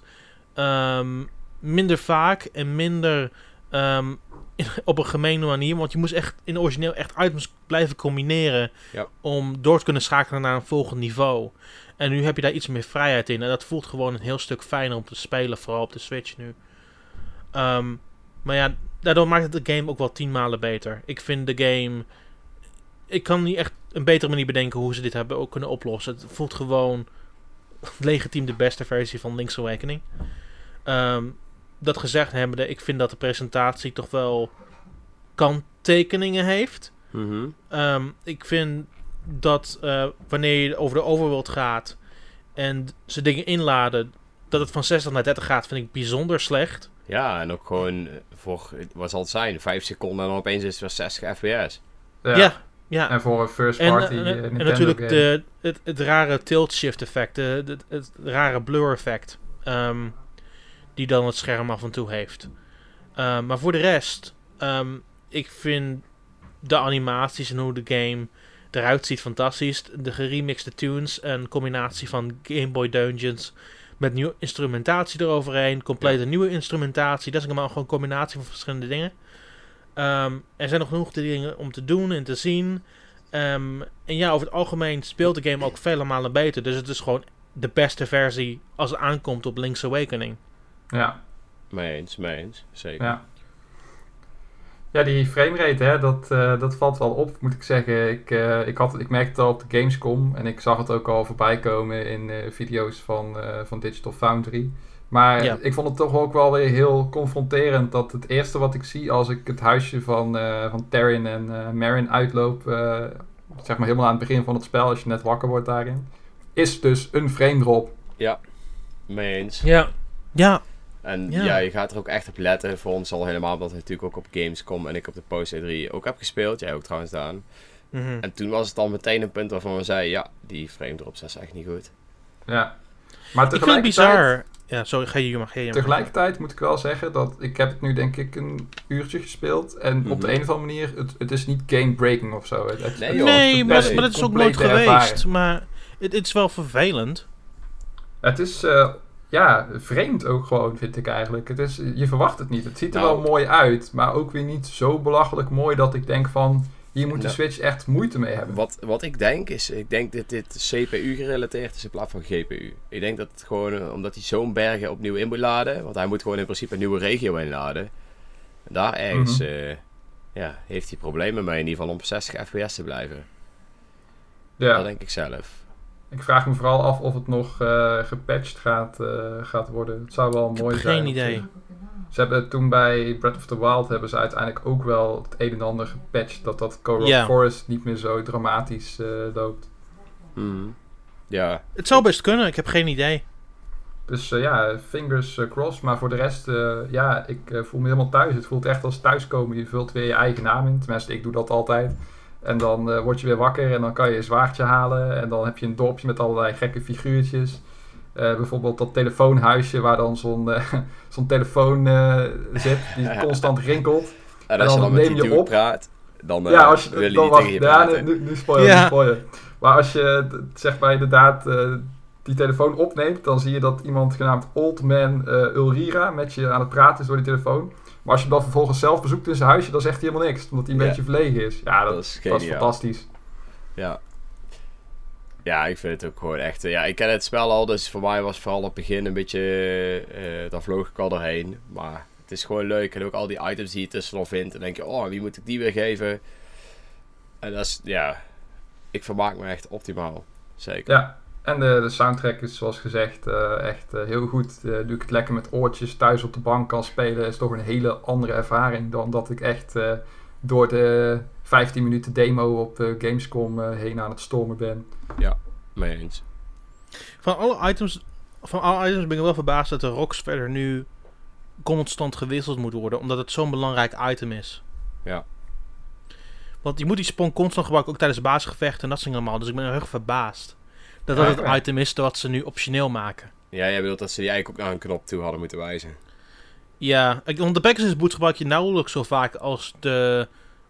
minder vaak en minder op een gemene manier. Want je moest echt in het origineel echt items blijven combineren om door te kunnen schakelen naar een volgend niveau. En nu heb je daar iets meer vrijheid in. En dat voelt gewoon een heel stuk fijner om te spelen, vooral op de Switch nu. Maar ja, daardoor maakt het de game ook wel 10 malen beter. Ik vind de game... Ik kan niet echt een betere manier bedenken hoe ze dit hebben ook kunnen oplossen. Het voelt gewoon legitiem de beste versie van Link's Awakening. Dat gezegd hebbende, ik vind dat de presentatie toch wel kanttekeningen heeft. Mm-hmm. Ik vind dat wanneer je over de overworld gaat en ze dingen inladen, dat het van 60 naar 30 gaat, vind ik bijzonder slecht. Ja, en ook gewoon voor, wat zal het zijn, 5 seconden en dan opeens is het weer 60 fps. Ja. En voor een first party en Nintendo natuurlijk game. Het rare tilt shift effect, het rare blur effect, die dan het scherm af en toe heeft. Maar voor de rest, ik vind de animaties en hoe de game eruit ziet fantastisch. De geremixte tunes, een combinatie van Game Boy Dungeons met nieuwe instrumentatie eroverheen, complete nieuwe instrumentatie. Dat is allemaal gewoon een combinatie van verschillende dingen. Er zijn nog genoeg dingen om te doen en te zien. En ja, over het algemeen speelt de game ook vele malen beter. Dus het is gewoon de beste versie als het aankomt op Link's Awakening. Ja. Mee eens. Zeker. Ja, die framerate, hè, dat valt wel op, moet ik zeggen. Ik merkte het al op de Gamescom en ik zag het ook al voorbij komen in video's van Digital Foundry. Maar ik vond het toch ook wel weer heel confronterend dat het eerste wat ik zie als ik het huisje van Taryn en Marin uitloop, zeg maar helemaal aan het begin van het spel, als je net wakker wordt daarin, is dus een frame drop. Ja, mee eens. Ja. En je gaat er ook echt op letten. Voor ons al helemaal, omdat we natuurlijk ook op Gamescom en ik op de Post 3 ook heb gespeeld. Jij ook trouwens, Daan. Mm-hmm. En toen was het al meteen een punt waarvan we zeiden, ja, die frame drops is echt niet goed. Ja. Maar ik vind het bizar. Ja, sorry, ga je maar. Tegelijkertijd moet ik wel zeggen dat ik heb het nu denk ik een uurtje gespeeld. En op de een of andere manier, het is niet game-breaking of zo. Maar dat is ook nooit geweest. Maar het is wel vervelend. Het is... vreemd ook gewoon, vind ik eigenlijk. Je verwacht het niet. Het ziet er wel mooi uit, maar ook weer niet zo belachelijk mooi dat ik denk van, hier moet de Switch echt moeite mee hebben. Wat ik denk is, dat dit CPU gerelateerd is in plaats van GPU. Ik denk dat het gewoon, omdat hij zo'n bergen opnieuw in moet laden, want hij moet gewoon in principe een nieuwe regio inladen. En daar ergens heeft hij problemen mee, in ieder geval om 60 fps te blijven. Ja. Dat denk ik zelf. Ik vraag me vooral af of het nog gepatcht gaat worden. Het zou wel mooi zijn. Geen idee. Ze hebben toen bij Breath of the Wild hebben ze uiteindelijk ook wel het een en ander gepatcht. Dat Korok Forest niet meer zo dramatisch loopt. Mm. Ja. Het zou best kunnen, ik heb geen idee. Dus fingers crossed. Maar voor de rest, ik voel me helemaal thuis. Het voelt echt als thuiskomen. Je vult weer je eigen naam in. Tenminste, ik doe dat altijd. En dan word je weer wakker en dan kan je een zwaardje halen. En dan heb je een dorpje met allerlei gekke figuurtjes. Bijvoorbeeld dat telefoonhuisje waar dan zo'n telefoon zit die constant rinkelt. En als je dan met die dude praat, dan wil je tegen je praten. Nu spoiler. Maar als je zeg maar inderdaad die telefoon opneemt, dan zie je dat iemand genaamd Old Man Ulrira met je aan het praten is door die telefoon. Maar als je hem dan vervolgens zelf bezoekt in zijn huisje, dan zegt hij helemaal niks. Omdat hij een beetje verlegen is. Ja, dat is fantastisch. Ja. Ja, ik vind het ook gewoon echt... ik ken het spel al, dus voor mij was vooral op het begin een beetje... daar vloog ik al doorheen. Maar het is gewoon leuk. En ook al die items die je tussendoor vindt. En dan denk je, wie moet ik die weer geven? En dat is, ik vermaak me echt optimaal. Zeker. Ja, en de soundtrack is zoals gezegd echt heel goed. Doe ik het lekker met oortjes thuis op de bank kan spelen. Is toch een hele andere ervaring dan dat ik echt door de 15 minuten demo op Gamescom heen aan het stormen ben. Ja, mee eens. Van alle items ben ik wel verbaasd dat de rocks verder nu constant gewisseld moet worden. Omdat het zo'n belangrijk item is. Ja. Want je moet die spawn constant gebruiken, ook tijdens basisgevechten en dat soort dingen allemaal. Dus ik ben heel erg verbaasd dat dat het item is wat ze nu optioneel maken. Ja, jij bedoelt dat ze die eigenlijk ook naar een knop toe hadden moeten wijzen. Ja, want de Pegasus Boots gebruik je nauwelijks zo vaak als de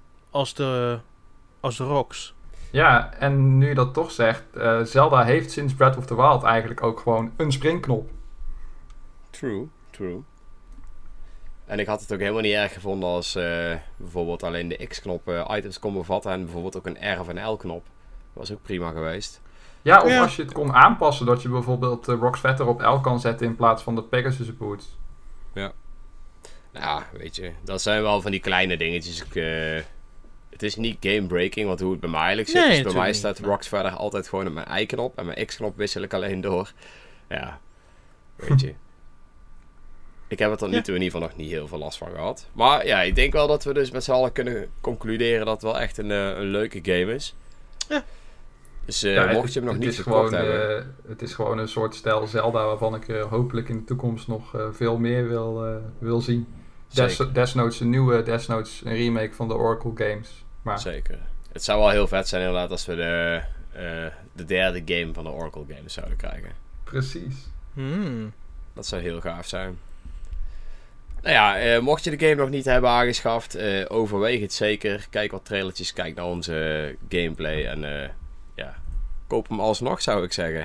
rocks. Ja, en nu je dat toch zegt, Zelda heeft sinds Breath of the Wild eigenlijk ook gewoon een springknop. True. En ik had het ook helemaal niet erg gevonden als bijvoorbeeld alleen de X-knop items kon bevatten en bijvoorbeeld ook een R of een L-knop. Dat was ook prima geweest. Ja, of als je het kon aanpassen, dat je bijvoorbeeld de Rock Sweater op L kan zetten in plaats van de Pegasus Boots. Ja. Nou, weet je, dat zijn wel van die kleine dingetjes. Het is niet game-breaking, want hoe het bij mij eigenlijk zit. Nee, dus bij mij staat niet. Rock Sweater altijd gewoon op mijn Y-knop en mijn X-knop wissel ik alleen door. Ja, weet je. Ik heb er tot nu toe in ieder geval nog niet heel veel last van gehad. Maar ja, ik denk wel dat we dus met z'n allen kunnen concluderen dat het wel echt een leuke game is. Ja. Dus mocht je hem nog niet gekocht hebben... Het is gewoon een soort stijl Zelda waarvan ik hopelijk in de toekomst nog veel meer wil zien. Desnotes een nieuwe, Desnotes een remake van de Oracle games. Maar... Zeker. Het zou wel heel vet zijn inderdaad als we de derde game van de Oracle games zouden krijgen. Precies. Dat zou heel gaaf zijn. Nou ja, mocht je de game nog niet hebben aangeschaft, overweeg het zeker. Kijk wat trailertjes, kijk naar onze gameplay en koop hem alsnog, zou ik zeggen.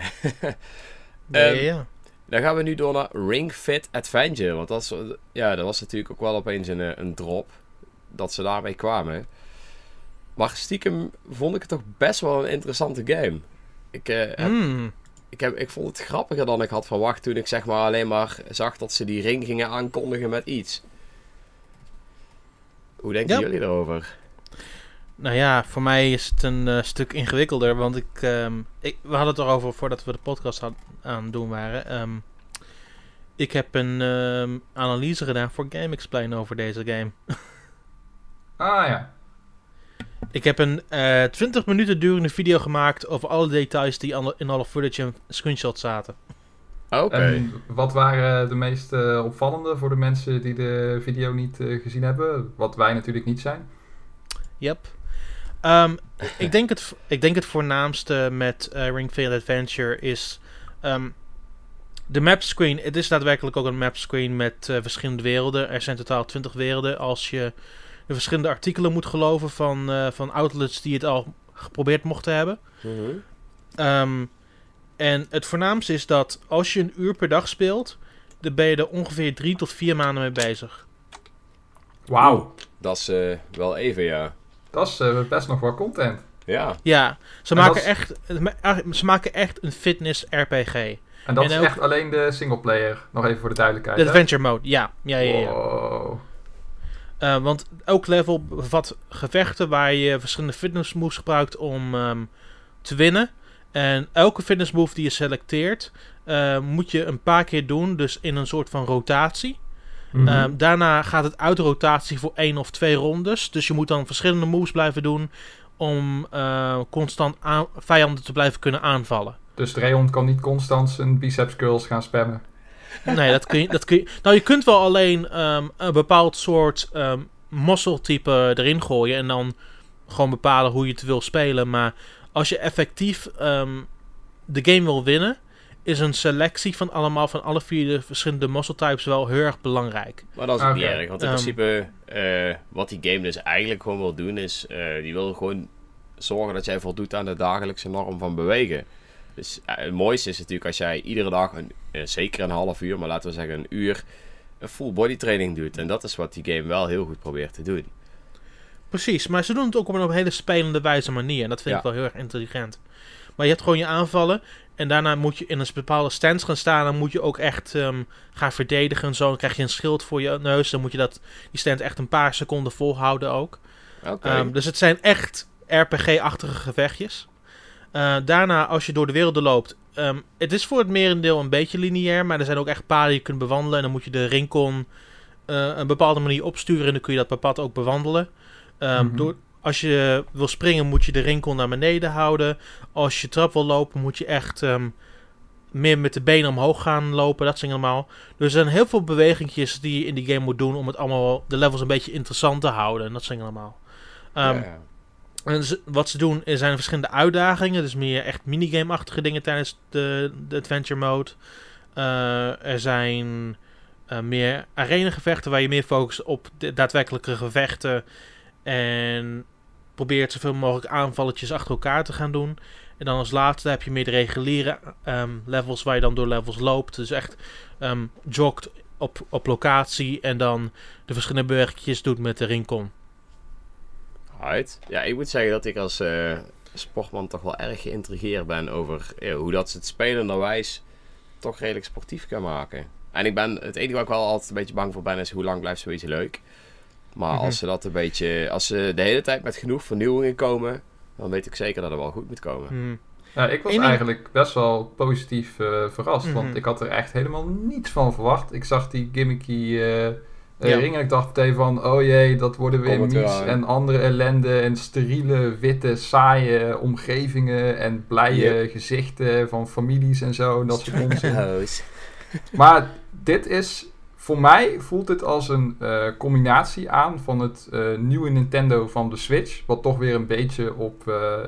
Dan gaan we nu door naar Ring Fit Adventure, want dat was natuurlijk ook wel opeens een drop dat ze daarmee kwamen. Maar stiekem vond ik het toch best wel een interessante game. Ik vond het grappiger dan ik had verwacht toen ik zeg maar alleen maar zag dat ze die ring gingen aankondigen met iets. Hoe denken jullie erover? Nou ja, voor mij is het een stuk ingewikkelder, want we hadden het erover voordat we de podcast aan het doen waren. Ik heb een analyse gedaan voor Game Explain over deze game. Ah ja. Ik heb een 20 minuten durende video gemaakt over alle details die in alle footage en screenshots zaten. Oké. En wat waren de meest opvallende voor de mensen die de video niet gezien hebben? Wat wij natuurlijk niet zijn. Yep. Ik denk het voornaamste met Ring Fit Adventure is de map screen. Het is daadwerkelijk ook een map screen met verschillende werelden. Er zijn totaal 20 werelden als je de verschillende artikelen moet geloven van outlets die het al geprobeerd mochten hebben. Mm-hmm. En het voornaamste is dat als je een uur per dag speelt, dan ben je er ongeveer 3 tot 4 maanden mee bezig. Wauw. Dat is wel even, ja. Dat is best nog wel content. Ja. Ja, ze maken echt een fitness RPG. En dat is echt alleen de singleplayer, nog even voor de duidelijkheid. De adventure mode, ja. Wow. Want elk level bevat gevechten waar je verschillende fitness moves gebruikt om te winnen. En elke fitness move die je selecteert, moet je een paar keer doen, dus in een soort van rotatie. Mm-hmm. Daarna gaat het uit de rotatie voor 1 of 2 rondes. Dus je moet dan verschillende moves blijven doen om constant vijanden te blijven kunnen aanvallen. Dus Dreon kan niet constant zijn biceps curls gaan spammen? Nee, dat kun je. Nou, je kunt wel alleen een bepaald soort muscle type erin gooien en dan gewoon bepalen hoe je het wil spelen. Maar als je effectief de game wil winnen, is een selectie van alle 4 de verschillende muscle types wel heel erg belangrijk. Maar dat is ook niet erg, want in principe wat die game dus eigenlijk gewoon wil doen is, die wil gewoon zorgen dat jij voldoet aan de dagelijkse norm van bewegen. Dus het mooiste is natuurlijk als jij iedere dag zeker een half uur, maar laten we zeggen een uur, een full body training doet. En dat is wat die game wel heel goed probeert te doen. Precies, maar ze doen het ook op een hele spelende wijze manier. En dat vind ik wel heel erg intelligent. Maar je hebt gewoon je aanvallen. En daarna moet je in een bepaalde stance gaan staan. Dan moet je ook echt gaan verdedigen en zo. Dan krijg je een schild voor je neus. Dan moet je die stance echt een paar seconden volhouden ook. Oké. Dus het zijn echt RPG-achtige gevechtjes. Daarna, als je door de werelden loopt... het is voor het merendeel een beetje lineair. Maar er zijn ook echt paden die je kunt bewandelen. En dan moet je de Rincon een bepaalde manier opsturen. En dan kun je dat pad ook bewandelen. Als je wil springen, moet je de Rincon naar beneden houden. Als je trap wil lopen, moet je echt meer met de benen omhoog gaan lopen. Dat zijn allemaal. Dus er zijn heel veel bewegingjes die je in die game moet doen om het allemaal, de levels een beetje interessant te houden. En dat zijn allemaal. En wat ze doen, zijn verschillende uitdagingen. Dus meer echt minigame-achtige dingen tijdens de adventure mode. Er zijn meer arena-gevechten waar je meer focust op de daadwerkelijke gevechten. En probeert zoveel mogelijk aanvalletjes achter elkaar te gaan doen. En dan als laatste heb je meer de reguliere levels waar je dan door levels loopt. Dus echt jogt op locatie en dan de verschillende bewegingjes doet met de Rincon. Right. Ja, ik moet zeggen dat ik als sportman toch wel erg geïntrigeerd ben over hoe dat ze het spelenderwijs toch redelijk sportief kan maken. En het enige waar ik wel altijd een beetje bang voor ben is hoe lang blijft zoiets leuk. Maar als ze de hele tijd met genoeg vernieuwingen komen, dan weet ik zeker dat het wel goed moet komen. Ja, ik was eigenlijk best wel positief verrast, want ik had er echt helemaal niets van verwacht. Ik zag die gimmicky ring en ik dacht meteen van, oh jee, dat worden weer mies en andere ellende en steriele, witte, saaie omgevingen en blije gezichten van families en zo. En dat soort onzin. Maar dit is... Voor mij voelt het als een combinatie aan van het nieuwe Nintendo van de Switch. Wat toch weer een beetje op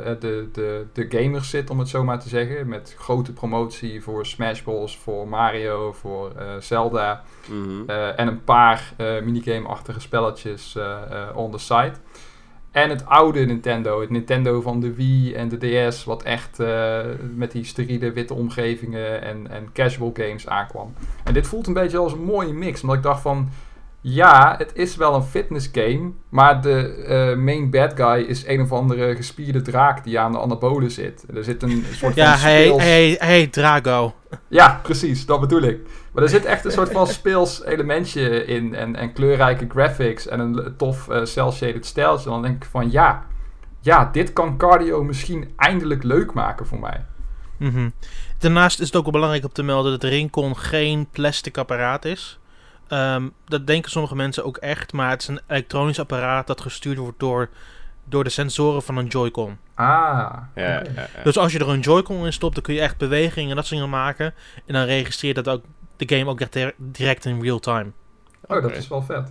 de gamers zit, om het zo maar te zeggen. Met grote promotie voor Smash Bros, voor Mario, voor Zelda. En een paar minigame-achtige spelletjes on the side. En het oude Nintendo, het Nintendo van de Wii en de DS, wat echt met die steriele witte omgevingen en casual games aankwam. En dit voelt een beetje als een mooie mix, omdat ik dacht van, ja, het is wel een fitness game, maar de main bad guy is een of andere gespierde draak die aan de anabolen zit. Er zit een soort van speels... hij heet Drago. Ja, precies, dat bedoel ik. Maar er zit echt een soort van speels elementje in en kleurrijke graphics en een tof cel-shaded stijltje. Dan denk ik van ja, dit kan cardio misschien eindelijk leuk maken voor mij. Daarnaast is het ook wel belangrijk om te melden dat de Rincon geen plastic apparaat is. Dat denken sommige mensen ook echt, maar het is een elektronisch apparaat dat gestuurd wordt door de sensoren van een Joy-Con. Ja. Dus als je er een Joy-Con in stopt, dan kun je echt bewegingen en dat soort dingen maken. En dan registreert dat ook de game ook direct in real time. Dat is wel vet.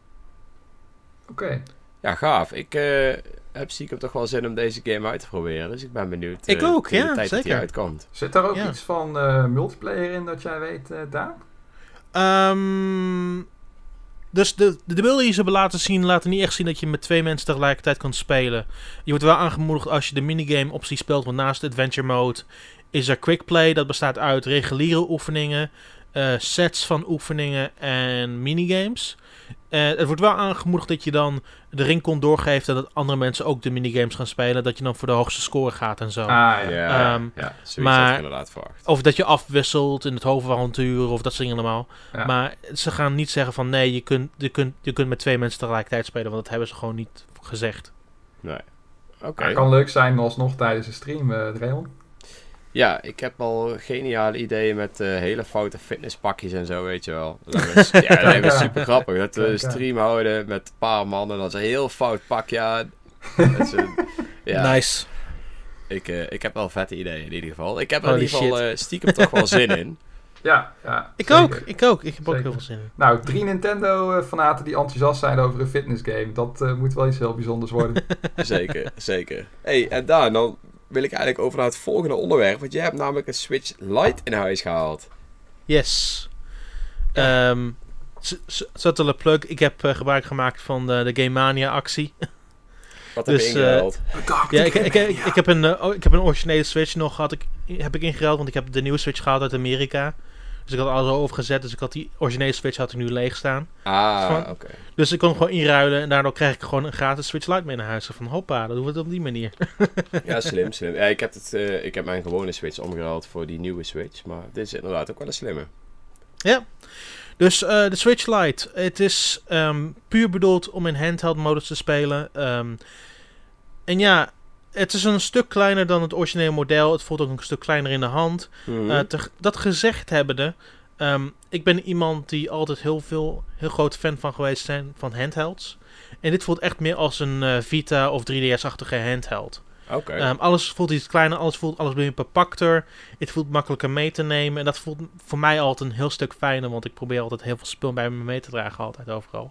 Oké. Ja, gaaf. Ik heb stiekem toch wel zin om deze game uit te proberen. Dus ik ben benieuwd ik ook, de tijd zeker. dat die uitkomt. Zit daar ook iets van multiplayer in dat jij weet, Daan? Dus de beelden die ze hebben laten niet echt zien dat je met 2 mensen tegelijkertijd kan spelen. Je wordt wel aangemoedigd als je de minigame optie speelt, want naast de adventure mode is er quickplay. Dat bestaat uit reguliere oefeningen, sets van oefeningen en minigames. Het wordt wel aangemoedigd dat je dan de Rincon doorgeeft en dat andere mensen ook de minigames gaan spelen. Dat je dan voor de hoogste score gaat en zo. Zoiets maar, had ik inderdaad verwacht. Of dat je afwisselt in het hoofdavontuur of dat soort dingen allemaal. Ja. Maar ze gaan niet zeggen van nee, je kunt met 2 mensen tegelijkertijd spelen, want dat hebben ze gewoon niet gezegd. Nee. Oké. Het kan leuk zijn alsnog tijdens de stream, Dreon. Ja, ik heb al geniale ideeën met hele foute fitnesspakjes en zo, weet je wel. Dat lijkt me super grappig. Dat we een stream houden met een paar mannen. Dat is een heel fout pak, ja. Nice. Ik heb wel vette ideeën in ieder geval. Ik heb er in ieder geval stiekem toch wel zin in. Ja. Ik ook. Ik heb ook heel veel zin in. Nou, 3 Nintendo-fanaten die enthousiast zijn over een fitnessgame. Dat moet wel iets heel bijzonders worden. Zeker. Hey, en dan wil ik eigenlijk over naar het volgende onderwerp. Want jij hebt namelijk een Switch Lite in huis gehaald. Yes. Subtile plug. Ik heb gebruik gemaakt van de Game Mania actie. Wat heb je ingeruild? Ik heb een originele Switch nog gehad. Heb ik ingeruild, want ik heb de nieuwe Switch gehaald uit Amerika. Dus ik had alles overgezet. Dus ik had die originele Switch had ik nu leeg staan. Oké. Dus ik kon hem gewoon inruilen. En daardoor krijg ik gewoon een gratis Switch Lite mee naar huis. Van hoppa, dat doen we het op die manier. Ja, slim. Ja, ik heb mijn gewone Switch omgeruild voor die nieuwe Switch. Maar dit is inderdaad ook wel een slimme. Ja. Dus de Switch Lite. Het is puur bedoeld om in handheld modus te spelen. En ja, het is een stuk kleiner dan het originele model. Het voelt ook een stuk kleiner in de hand. Dat gezegd hebbende, ik ben iemand die altijd heel groot fan van geweest zijn van handhelds. En dit voelt echt meer als een Vita of 3DS-achtige handheld. Oké. Alles voelt iets kleiner, alles meer compacter. Het voelt makkelijker mee te nemen. En dat voelt voor mij altijd een heel stuk fijner, want ik probeer altijd heel veel spul bij me mee te dragen, altijd overal.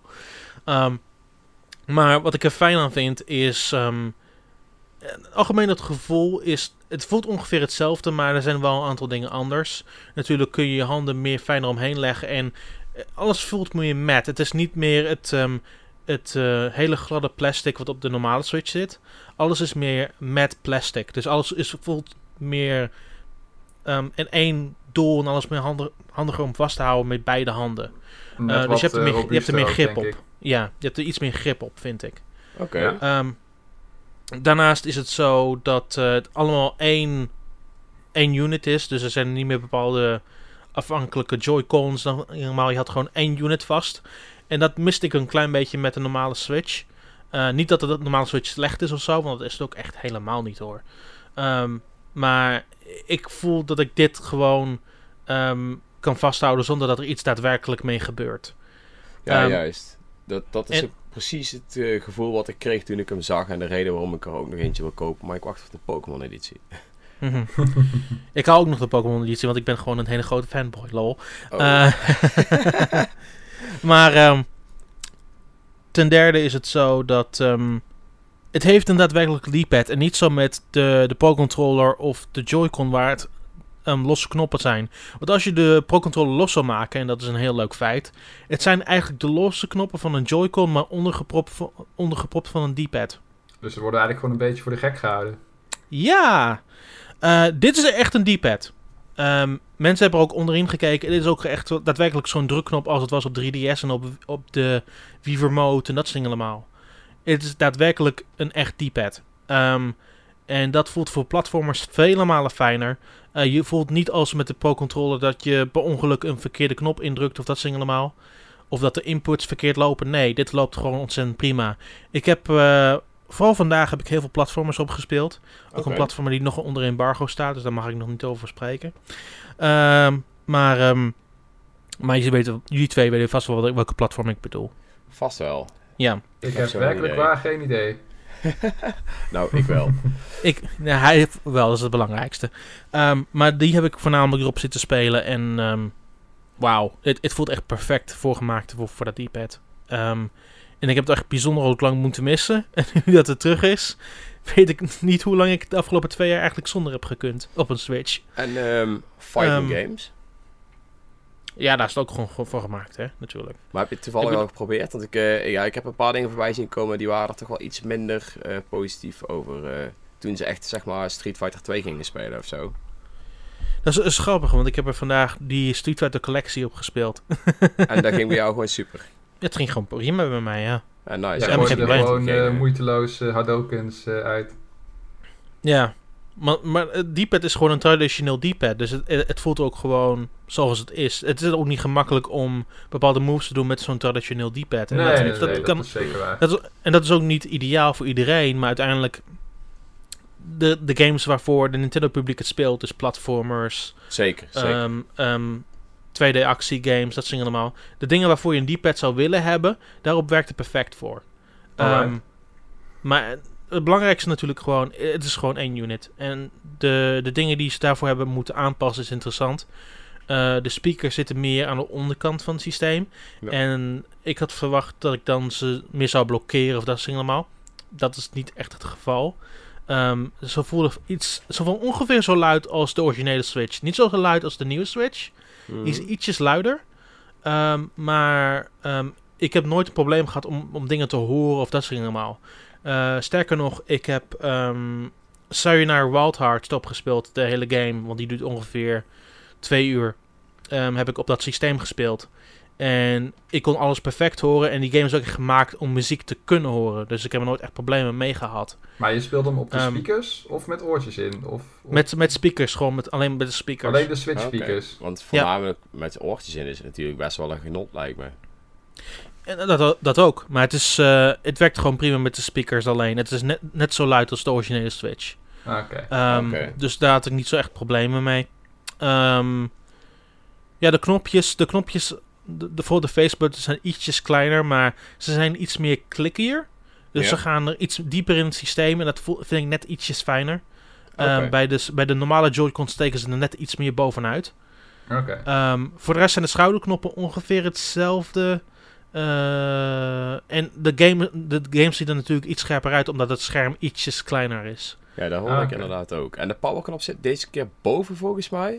Maar wat ik er fijn aan vind is... algemeen het gevoel is... Het voelt ongeveer hetzelfde, maar er zijn wel een aantal dingen anders. Natuurlijk kun je je handen meer fijner omheen leggen en alles voelt meer matte. Het is niet meer het hele gladde plastic wat op de normale Switch zit. Alles is meer matte plastic. Dus alles voelt meer in één doel en alles meer handiger om vast te houden met beide handen. Dus je hebt er meer grip op. Ja, je hebt er iets meer grip op, vind ik. Oké. Daarnaast is het zo dat het allemaal één unit is. Dus er zijn niet meer bepaalde afhankelijke Joy-Cons. Normaal, je had gewoon 1 unit vast. En dat miste ik een klein beetje met de normale Switch. Niet dat de normale Switch slecht is of zo, want dat is het ook echt helemaal niet hoor. Maar ik voel dat ik dit gewoon kan vasthouden zonder dat er iets daadwerkelijk mee gebeurt. Ja, juist. Dat is precies het gevoel wat ik kreeg toen ik hem zag. En de reden waarom ik er ook nog eentje wil kopen. Maar ik wacht op de Pokémon editie. Ik hou ook nog de Pokémon editie, want ik ben gewoon een hele grote fanboy, lol. Oh. Maar ten derde is het zo dat het heeft een daadwerkelijk D-pad. En niet zo met de Pro Controller of de Joy-Con waar het losse knoppen zijn. Want als je de Pro Controller los zou maken, en dat is een heel leuk feit, het zijn eigenlijk de losse knoppen van een Joy-Con, maar ondergepropt van een D-pad. Dus ze worden eigenlijk gewoon een beetje voor de gek gehouden. Ja, dit is echt een D-pad. Mensen hebben er ook onderin gekeken. Dit is ook echt daadwerkelijk zo'n drukknop als het was op 3DS en op de Wii Remote en dat soort dingen allemaal. Het is daadwerkelijk een echt D-pad. En dat voelt voor platformers vele malen fijner. Je voelt niet als met de Pro Controller dat je per ongeluk een verkeerde knop indrukt of dat soort dingen allemaal. Of dat de inputs verkeerd lopen. Nee, dit loopt gewoon ontzettend prima. Ik heb... Vooral vandaag heb ik heel veel platformers opgespeeld. Ook een platformer die nog onder embargo staat. Dus daar mag ik nog niet over spreken. Maar jullie twee weten vast wel welke platform ik bedoel. Vast wel. Ja. Ik heb werkelijk waar geen idee. Nou, ik wel. Hij heeft wel, dat is het belangrijkste. Maar die heb ik voornamelijk erop zitten spelen. En wauw, het voelt echt perfect voorgemaakt voor dat D-pad. En ik heb het echt bijzonder ook lang moeten missen. En nu dat het terug is, weet ik niet hoe lang ik de afgelopen 2 jaar eigenlijk zonder heb gekund op een Switch. En fighting games? Ja, daar is het ook gewoon voor gemaakt, hè, natuurlijk. Maar heb je het toevallig al geprobeerd? Want ik heb een paar dingen voorbij zien komen die waren er toch wel iets minder positief over. Toen ze echt, zeg maar, Street Fighter 2 gingen spelen of zo. Dat is grappig, want ik heb er vandaag die Street Fighter collectie op gespeeld. En dat ging bij jou gewoon super? Het ging gewoon prima bij mij, ja. Nice. Ja, gooide er gewoon moeiteloos Hadokens uit. Ja, maar het D-pad is gewoon een traditioneel D-pad. Dus het voelt ook gewoon zoals het is. Het is ook niet gemakkelijk om bepaalde moves te doen met zo'n traditioneel D-pad. En dat is zeker waar. En dat is ook niet ideaal voor iedereen. Maar uiteindelijk, de games waarvoor de Nintendo-publiek het speelt, dus platformers. Zeker. 2D-actiegames, dat zijn allemaal. De dingen waarvoor je een D-pad zou willen hebben, daarop werkt het perfect voor. Maar het belangrijkste is natuurlijk gewoon, het is gewoon 1 unit. En de dingen die ze daarvoor hebben moeten aanpassen is interessant. De speakers zitten meer aan de onderkant van het systeem. Ja. En ik had verwacht dat ik dan ze meer zou blokkeren of dat soort allemaal. Dat is niet echt het geval. Ze voelen ongeveer zo luid als de originele Switch. Niet zo luid als de nieuwe Switch. Die is ietsjes luider. Maar ik heb nooit een probleem gehad om dingen te horen of dat soort dingen allemaal. Sterker nog, ik heb Sayonara Wild Hearts opgespeeld, de hele game. Want die duurt ongeveer 2 uur. heb ik op dat systeem gespeeld. En ik kon alles perfect horen. En die game is ook echt gemaakt om muziek te kunnen horen. Dus ik heb er nooit echt problemen mee gehad. Maar je speelde hem op de speakers of met oortjes in? Of... Met speakers, gewoon alleen met de speakers. Alleen de Switch speakers? Okay. Want voornamelijk met oortjes in is het natuurlijk best wel een genot, lijkt me. En dat ook. Maar het werkt gewoon prima met de speakers alleen. Het is net zo luid als de originele Switch. Oké. Dus daar had ik niet zo echt problemen mee. Ja, de knopjes voor de facebuttons zijn ietsjes kleiner, maar ze zijn iets meer klikkier. Dus ze gaan er iets dieper in het systeem en dat vind ik net ietsjes fijner. Bij de normale Joy-Con steken ze er net iets meer bovenuit. Voor de rest zijn de schouderknoppen ongeveer hetzelfde. En de game ziet er natuurlijk iets scherper uit, omdat het scherm ietsjes kleiner is. Ja, dat hoor ik inderdaad ook. En de powerknop zit deze keer boven, volgens mij.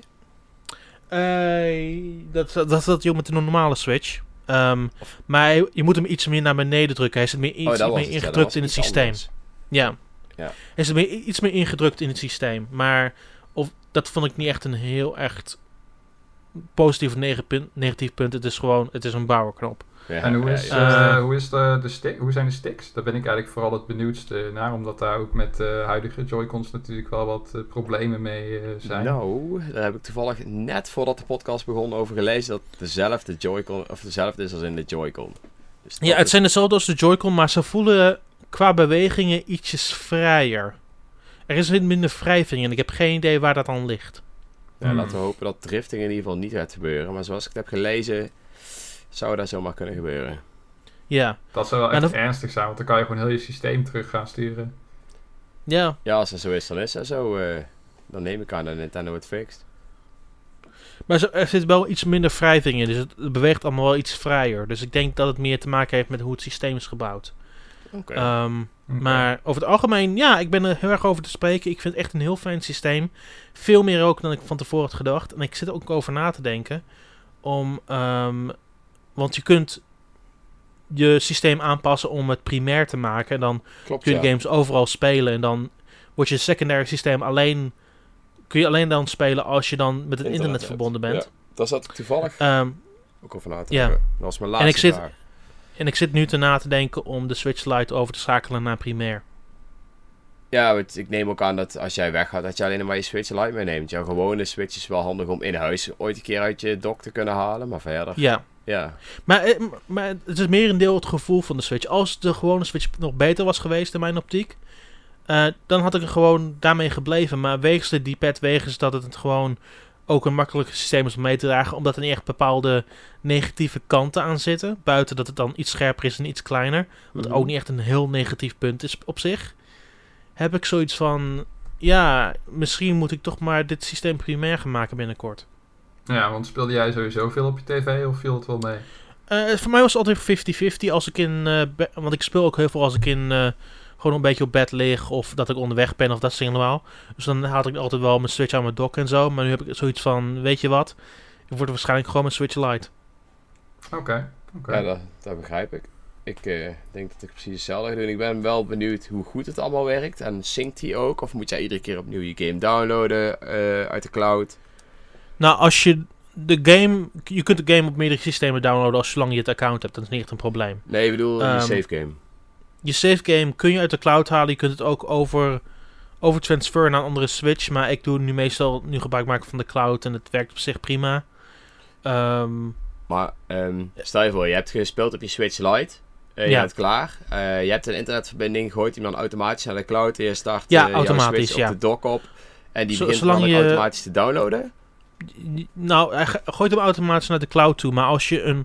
Dat zat je ook met de normale Switch. Maar je moet hem iets meer naar beneden drukken. Hij zit meer ingedrukt in het systeem. Ja. Hij zit iets meer ingedrukt in het systeem. Maar dat vond ik niet echt een heel echt positief of negatief punt. Het is een powerknop. Ja, en hoe zijn de sticks? Daar ben ik eigenlijk vooral het benieuwdste naar, omdat daar ook met huidige Joy-Cons natuurlijk wel wat problemen mee zijn. Nou, daar heb ik toevallig net voordat de podcast begon over gelezen dat dezelfde Joy-Con, of dezelfde is als in de Joy-Con. Dus ja, het zijn dezelfde als de Joy-Con, maar ze voelen qua bewegingen ietsjes vrijer. Er is minder wrijving en ik heb geen idee waar dat aan ligt. Ja, laten we hopen dat drifting in ieder geval niet gaat gebeuren, maar zoals ik het heb gelezen, zou dat zomaar kunnen gebeuren. Ja. Dat zou wel echt ernstig zijn, want dan kan je gewoon heel je systeem terug gaan sturen. Ja. Ja, als het zo is, dan is het zo. Dan neem ik aan dat Nintendo het fixt. Maar er zit wel iets minder wrijving in, dus het beweegt allemaal wel iets vrijer. Dus ik denk dat het meer te maken heeft met hoe het systeem is gebouwd. Maar over het algemeen, ja, ik ben er heel erg over te spreken. Ik vind het echt een heel fijn systeem. Veel meer ook dan ik van tevoren had gedacht. En ik zit er ook over na te denken. Want je kunt je systeem aanpassen om het primair te maken. En dan kun je games overal spelen. En dan wordt je secondary systeem kun je alleen dan spelen als je dan met het internet verbonden bent. Ja, daar zat ik toevallig ook over na te denken. Dat was mijn laatste vraag. En ik zit nu na te denken om de Switch Lite over te schakelen naar primair. Ja, ik neem ook aan dat als jij weggaat, dat je alleen maar je Switch Lite meeneemt. Jouw gewone Switch is wel handig om in huis ooit een keer uit je dock te kunnen halen, maar verder... Ja. Maar het is meer een deel het gevoel van de Switch. Als de gewone Switch nog beter was geweest in mijn optiek, dan had ik er gewoon daarmee gebleven. Maar wegens de D-pad, wegens dat het gewoon ook een makkelijk systeem is om mee te dragen, omdat er niet echt bepaalde negatieve kanten aan zitten. Buiten dat het dan iets scherper is en iets kleiner. Wat ook niet echt een heel negatief punt is op zich. Heb ik zoiets van, ja, misschien moet ik toch maar dit systeem primair gaan maken binnenkort. Ja, want speelde jij sowieso veel op je tv of viel het wel mee? Voor mij was het altijd 50-50 als ik want ik speel ook heel veel als ik gewoon een beetje op bed lig of dat ik onderweg ben of dat soort dingen allemaal. Dus dan had ik altijd wel mijn Switch aan mijn dock en zo. Maar nu heb ik zoiets van, weet je wat? Ik word waarschijnlijk gewoon mijn Switch Lite. Oké. Ja, dat begrijp ik. Ik denk dat ik precies hetzelfde ga doen. Ik ben wel benieuwd hoe goed het allemaal werkt. En synct hij ook? Of moet jij iedere keer opnieuw je game downloaden uit de cloud? Nou, als je je kunt de game op meerdere systemen downloaden zolang je het account hebt. Dat is niet echt een probleem. Nee, ik bedoel je save game. Je save game kun je uit de cloud halen. Je kunt het ook over transfer naar een andere Switch. Maar ik doe nu meestal gebruik maken van de cloud. En het werkt op zich prima. Maar stel je voor, je hebt gespeeld op je Switch Lite. Je bent klaar. Je hebt een internetverbinding, gooit hem dan automatisch naar de cloud. En je start jouw Switch op de dock op. En die begint dan automatisch te downloaden. Nou, hij gooit hem automatisch naar de cloud toe. Maar als je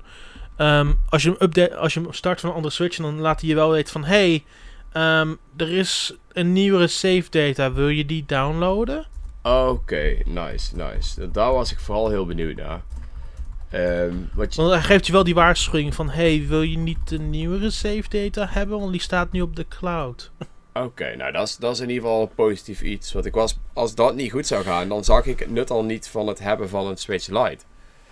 hem start van een andere Switch, dan laat hij je wel weten van, hey, er is een nieuwere save data. Wil je die downloaden? Oké, nice. Daar was ik vooral heel benieuwd naar. Want hij geeft je wel die waarschuwing van, hey, wil je niet de nieuwere save data hebben? Want die staat nu op de cloud. Oké, nou dat is in ieder geval een positief iets. Want als dat niet goed zou gaan, dan zag ik het nut al niet van het hebben van een Switch Lite.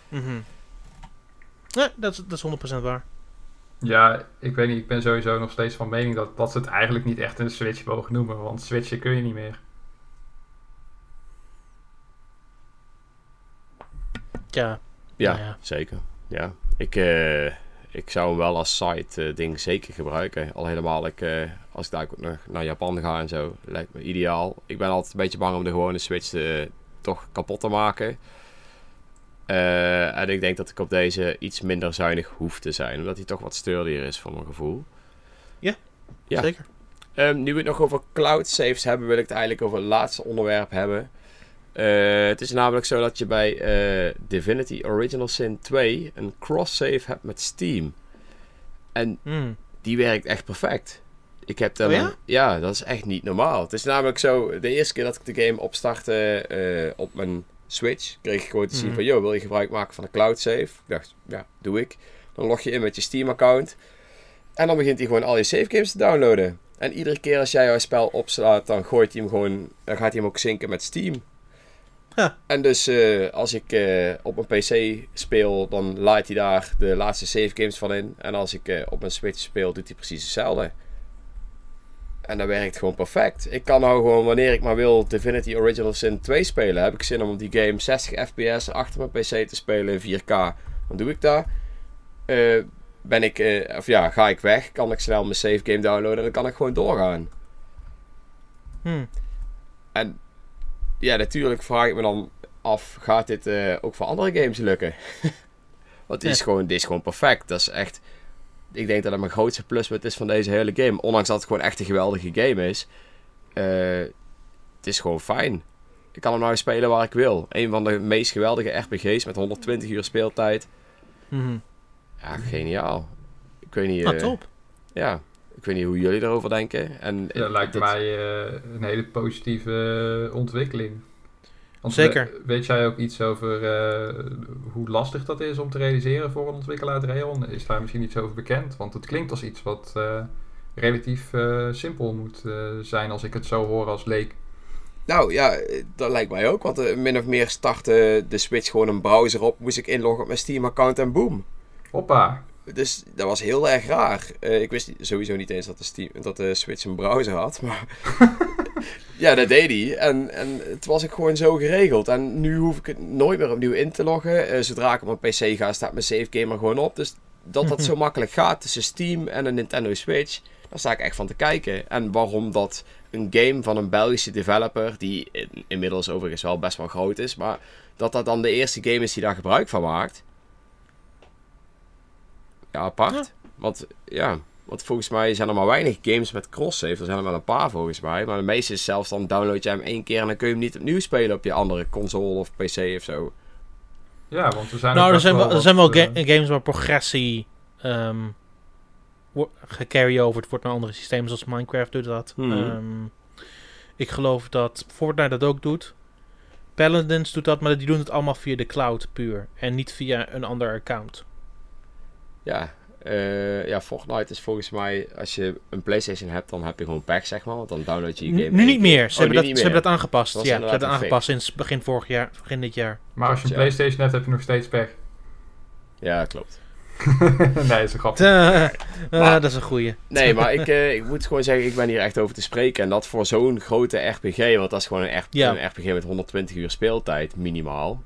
Ja, dat is 100% waar. Ja, ik weet niet. Ik ben sowieso nog steeds van mening dat ze het eigenlijk niet echt een Switch mogen noemen. Want switchen kun je niet meer. Ja, Ja, Nou ja. zeker. Ja. Ik zou hem wel als side ding zeker gebruiken. Al helemaal als ik daar ook nog naar Japan ga en zo. Lijkt me ideaal. Ik ben altijd een beetje bang om de gewone Switch toch kapot te maken. En ik denk dat ik op deze iets minder zuinig hoef te zijn. Omdat hij toch wat sturdier is voor mijn gevoel. Ja. Zeker. Nu we het nog over cloud saves hebben, wil ik het eigenlijk over het laatste onderwerp hebben. Het is namelijk zo dat je bij Divinity Original Sin 2 een cross-save hebt met Steam. En die werkt echt perfect. Ik heb dan ja, dat is echt niet normaal. Het is namelijk zo, de eerste keer dat ik de game opstartte op mijn Switch, kreeg ik gewoon te zien van, wil je gebruik maken van een cloud save? Ik dacht, ja, doe ik. Dan log je in met je Steam-account. En dan begint hij gewoon al je save games te downloaden. En iedere keer als jij jouw spel opslaat, dan gooit hij hem gewoon, dan gaat hij hem ook synken met Steam. Huh. En dus als ik op een PC speel, dan laait hij daar de laatste save games van in. En als ik op een Switch speel, doet hij precies hetzelfde. En dat werkt gewoon perfect. Ik kan nou gewoon, wanneer ik maar wil, Divinity Original Sin 2 spelen. Heb ik zin om die game 60 fps achter mijn PC te spelen in 4K. Dan doe ik dat. Ga ik weg, kan ik snel mijn save game downloaden en dan kan ik gewoon doorgaan. En ja, natuurlijk vraag ik me dan af, gaat dit ook voor andere games lukken? Want dit is gewoon perfect. Dat is echt, ik denk dat het mijn grootste pluspunt is van deze hele game. Ondanks dat het gewoon echt een geweldige game is. Het is gewoon fijn. Ik kan hem nou spelen waar ik wil. Een van de meest geweldige RPG's met 120 uur speeltijd. Ja, geniaal. Ik weet niet... top. Ja, ik weet niet hoe jullie erover denken. Dat lijkt mij een hele positieve ontwikkeling. Want zeker. Weet jij ook iets over hoe lastig dat is om te realiseren voor een ontwikkelaar uit Rayon? Is daar misschien iets over bekend? Want het klinkt als iets wat relatief simpel moet zijn als ik het zo hoor als leek. Nou ja, dat lijkt mij ook. Want min of meer startte de Switch gewoon een browser op. Moest ik inloggen op mijn Steam-account en boom. Hoppa. Dus dat was heel erg raar. Ik wist sowieso niet eens dat de Switch een browser had. Maar ja, dat deed hij. En het was ook gewoon zo geregeld. En nu hoef ik het nooit meer opnieuw in te loggen. Zodra ik op mijn PC ga, staat mijn save game er gewoon op. Dus dat zo makkelijk gaat tussen Steam en een Nintendo Switch, daar sta ik echt van te kijken. En waarom dat een game van een Belgische developer, die inmiddels overigens wel best wel groot is, maar dat dan de eerste game is die daar gebruik van maakt. Ja, apart. Ja. Want volgens mij zijn er maar weinig games met cross-save. Er zijn er wel een paar volgens mij. Maar de meeste is zelfs dan download je hem 1 keer en dan kun je hem niet opnieuw spelen op je andere console of PC of zo. Ja, want er zijn er zijn wel games waar progressie gecarry-overd wordt naar andere systemen, zoals Minecraft doet dat. Ik geloof dat Fortnite dat ook doet. Paladins doet dat, maar die doen het allemaal via de cloud puur. En niet via een ander account. Ja, Fortnite is volgens mij, als je een PlayStation hebt, dan heb je gewoon pech, zeg maar. Want dan download je je game. Nu niet meer. Ze hebben dat meer. aangepast. Dat ze hebben dat aangepast sinds begin dit jaar. Maar als je een PlayStation hebt, heb je nog steeds pech. Ja, klopt. Nee, dat is een grapje. Dat is een goeie. Nee, maar ik moet gewoon zeggen, ik ben hier echt over te spreken. En dat voor zo'n grote RPG, want dat is gewoon een RPG met 120 uur speeltijd, minimaal.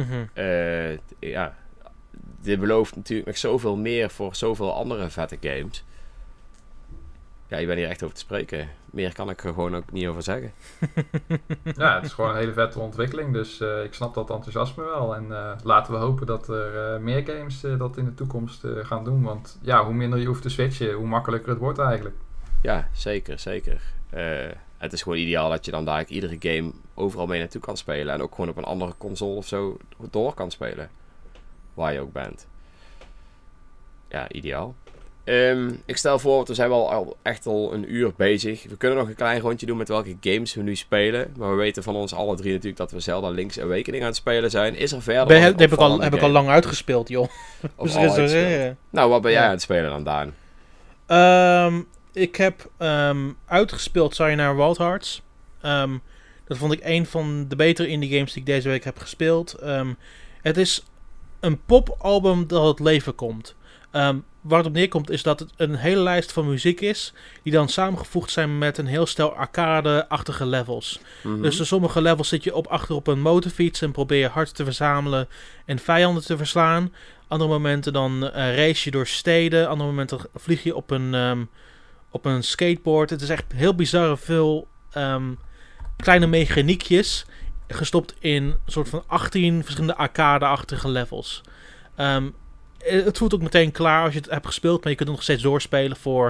Dit belooft natuurlijk nog zoveel meer voor zoveel andere vette games. Ja, ik ben hier echt over te spreken. Meer kan ik er gewoon ook niet over zeggen. Ja, het is gewoon een hele vette ontwikkeling. Dus ik snap dat enthousiasme wel. En laten we hopen dat er meer games dat in de toekomst gaan doen. Want ja, hoe minder je hoeft te switchen, hoe makkelijker het wordt eigenlijk. Ja, zeker. Het is gewoon ideaal dat je dan daar iedere game overal mee naartoe kan spelen. En ook gewoon op een andere console of zo door kan spelen. Waar je ook bent. Ja, ideaal. Ik stel voor, we zijn wel echt al een uur bezig. We kunnen nog een klein rondje doen met welke games we nu spelen. Maar we weten van ons alle drie natuurlijk dat we Zelda Link's Awakening aan het spelen zijn. Is er verder heb ik al lang uitgespeeld, joh. Nou, wat ben jij aan het spelen dan, Daan? Ik heb uitgespeeld Sayonara Wild Hearts. Dat vond ik een van de betere indie games die ik deze week heb gespeeld. Het is een popalbum dat het leven komt. waar het op neerkomt is dat het een hele lijst van muziek is, die dan samengevoegd zijn met een heel stel arcade-achtige levels. Dus in sommige levels zit je achter op een motorfiets en probeer je hard te verzamelen en vijanden te verslaan. Andere momenten dan race je door steden, andere momenten vlieg je op een skateboard. Het is echt heel bizarre veel kleine mechaniekjes gestopt in een soort van 18 verschillende arcade-achtige levels. Het voelt ook meteen klaar als je het hebt gespeeld, maar je kunt het nog steeds doorspelen voor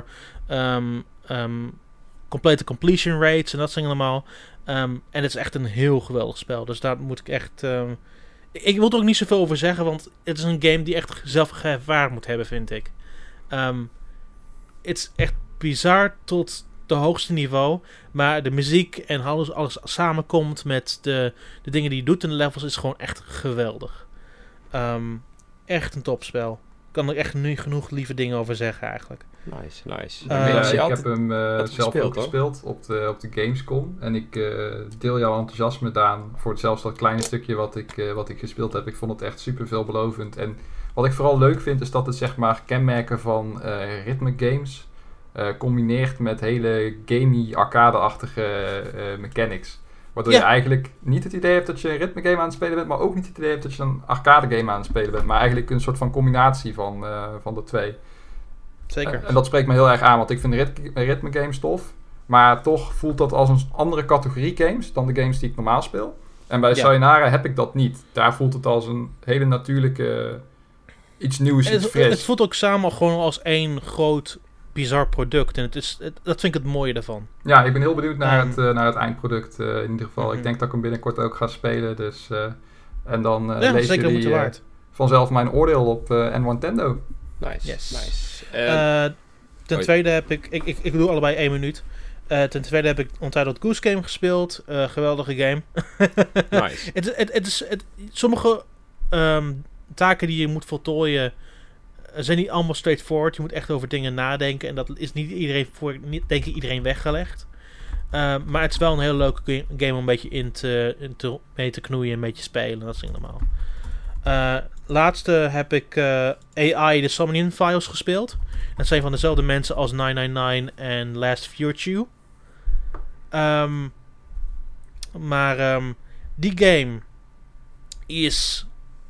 complete completion rates en dat soort dingen allemaal. En het is echt een heel geweldig spel. Dus daar moet ik echt... ik wil er ook niet zoveel over zeggen, want het is een game die echt zelf geërvaren moet hebben, vind ik. Het is echt bizar tot de hoogste niveau, maar de muziek en alles samenkomt met de dingen die je doet in de levels is gewoon echt geweldig. Echt een topspel. Ik kan er echt nu genoeg lieve dingen over zeggen eigenlijk. Nice. Ik heb hem zelf ook gespeeld op de Gamescom. En ik deel jouw enthousiasme, Daan, voor zelfs dat kleine stukje wat ik gespeeld heb. Ik vond het echt super veelbelovend. En wat ik vooral leuk vind, is dat het zeg maar kenmerken van ritme games combineert met hele gamey, arcade-achtige mechanics. Waardoor je eigenlijk niet het idee hebt dat je een ritme game aan het spelen bent, maar ook niet het idee hebt dat je een arcade game aan het spelen bent. Maar eigenlijk een soort van combinatie van de twee. Zeker. En dat spreekt me heel erg aan, want ik vind ritme games tof. Maar toch voelt dat als een andere categorie games dan de games die ik normaal speel. En bij Sayonara heb ik dat niet. Daar voelt het als een hele natuurlijke iets nieuws, iets fris. Het voelt ook samen gewoon als één groot bizar product. En dat vind ik het mooie daarvan. Ja, ik ben heel benieuwd naar het eindproduct in ieder geval. Ik denk dat ik hem binnenkort ook ga spelen. Dus, en dan lees jullie vanzelf mijn oordeel op Nintendo. Nice. Ten tweede heb ik doe allebei 1 minuut. Ten tweede heb ik Untitled Goose Game gespeeld. Geweldige game. Nice. Sommige taken die je moet voltooien zijn niet allemaal straightforward. Je moet echt over dingen nadenken. En dat is niet iedereen weggelegd. Maar het is wel een hele leuke game om een beetje mee te knoeien. Een beetje spelen. Dat is niet normaal. Laatste heb ik AI The Summoning Files gespeeld. Dat zijn van dezelfde mensen als 999 en Last Virtue. Maar die game is...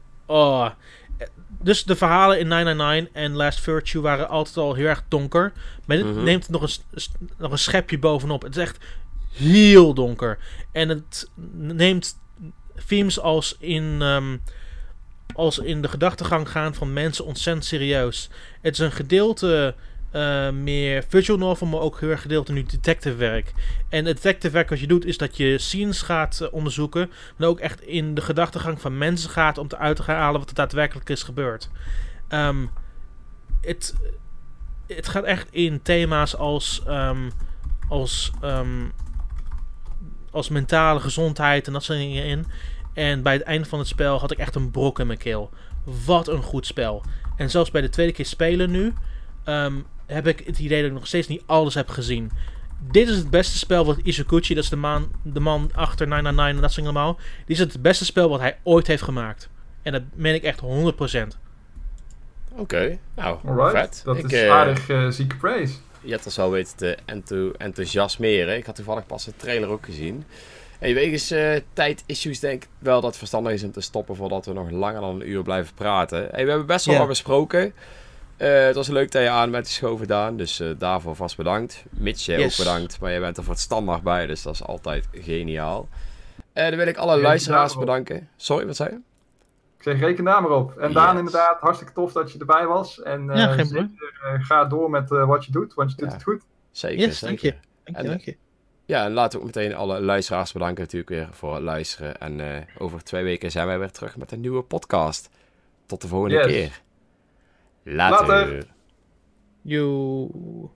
Dus de verhalen in 999 en Last Virtue waren altijd al heel erg donker. Maar dit neemt nog een schepje bovenop. Het is echt heel donker. En het neemt themes als in de gedachtegang gaan van mensen ontzettend serieus. Het is een gedeelte meer visual novel, maar ook heel erg gedeelte nu detective werk. En het detective werk wat je doet is dat je scenes gaat onderzoeken, maar ook echt in de gedachtegang van mensen gaat om uit te gaan halen wat er daadwerkelijk is gebeurd. Het gaat echt in thema's als mentale gezondheid en dat soort dingen in. En bij het einde van het spel had ik echt een brok in mijn keel. Wat een goed spel. En zelfs bij de tweede keer spelen nu heb ik het idee dat ik nog steeds niet alles heb gezien. Dit is het beste spel wat Izukuchi, dat is de man achter 999 en dat soort allemaal. Dit is het beste spel wat hij ooit heeft gemaakt. En dat meen ik echt 100%. Oké, nou, alright. Vet. Dat is aardig zieke praise. Je hebt ons al weten te enthousiasmeren. Ik had toevallig pas de trailer ook gezien. En wegens tijdissues denk ik wel dat het verstandig is om te stoppen voordat we nog langer dan een uur blijven praten. We hebben best wel wat besproken. Het was leuk dat je aan bent geschoven, Daan. Dus daarvoor vast bedankt. Mitch, ook bedankt. Maar je bent er voor het standaard bij, dus dat is altijd geniaal. Dan wil ik alle luisteraars bedanken. Sorry, wat zei je? Ik zeg, reken daar maar op. En Daan, inderdaad, hartstikke tof dat je erbij was. En ga door met wat je doet, want je doet het goed. Zeker, yes, zeker. Dank je. Ja, en laten we ook meteen alle luisteraars bedanken natuurlijk weer voor het luisteren. En over 2 weken zijn wij weer terug met een nieuwe podcast. Tot de volgende keer. Later. Yo.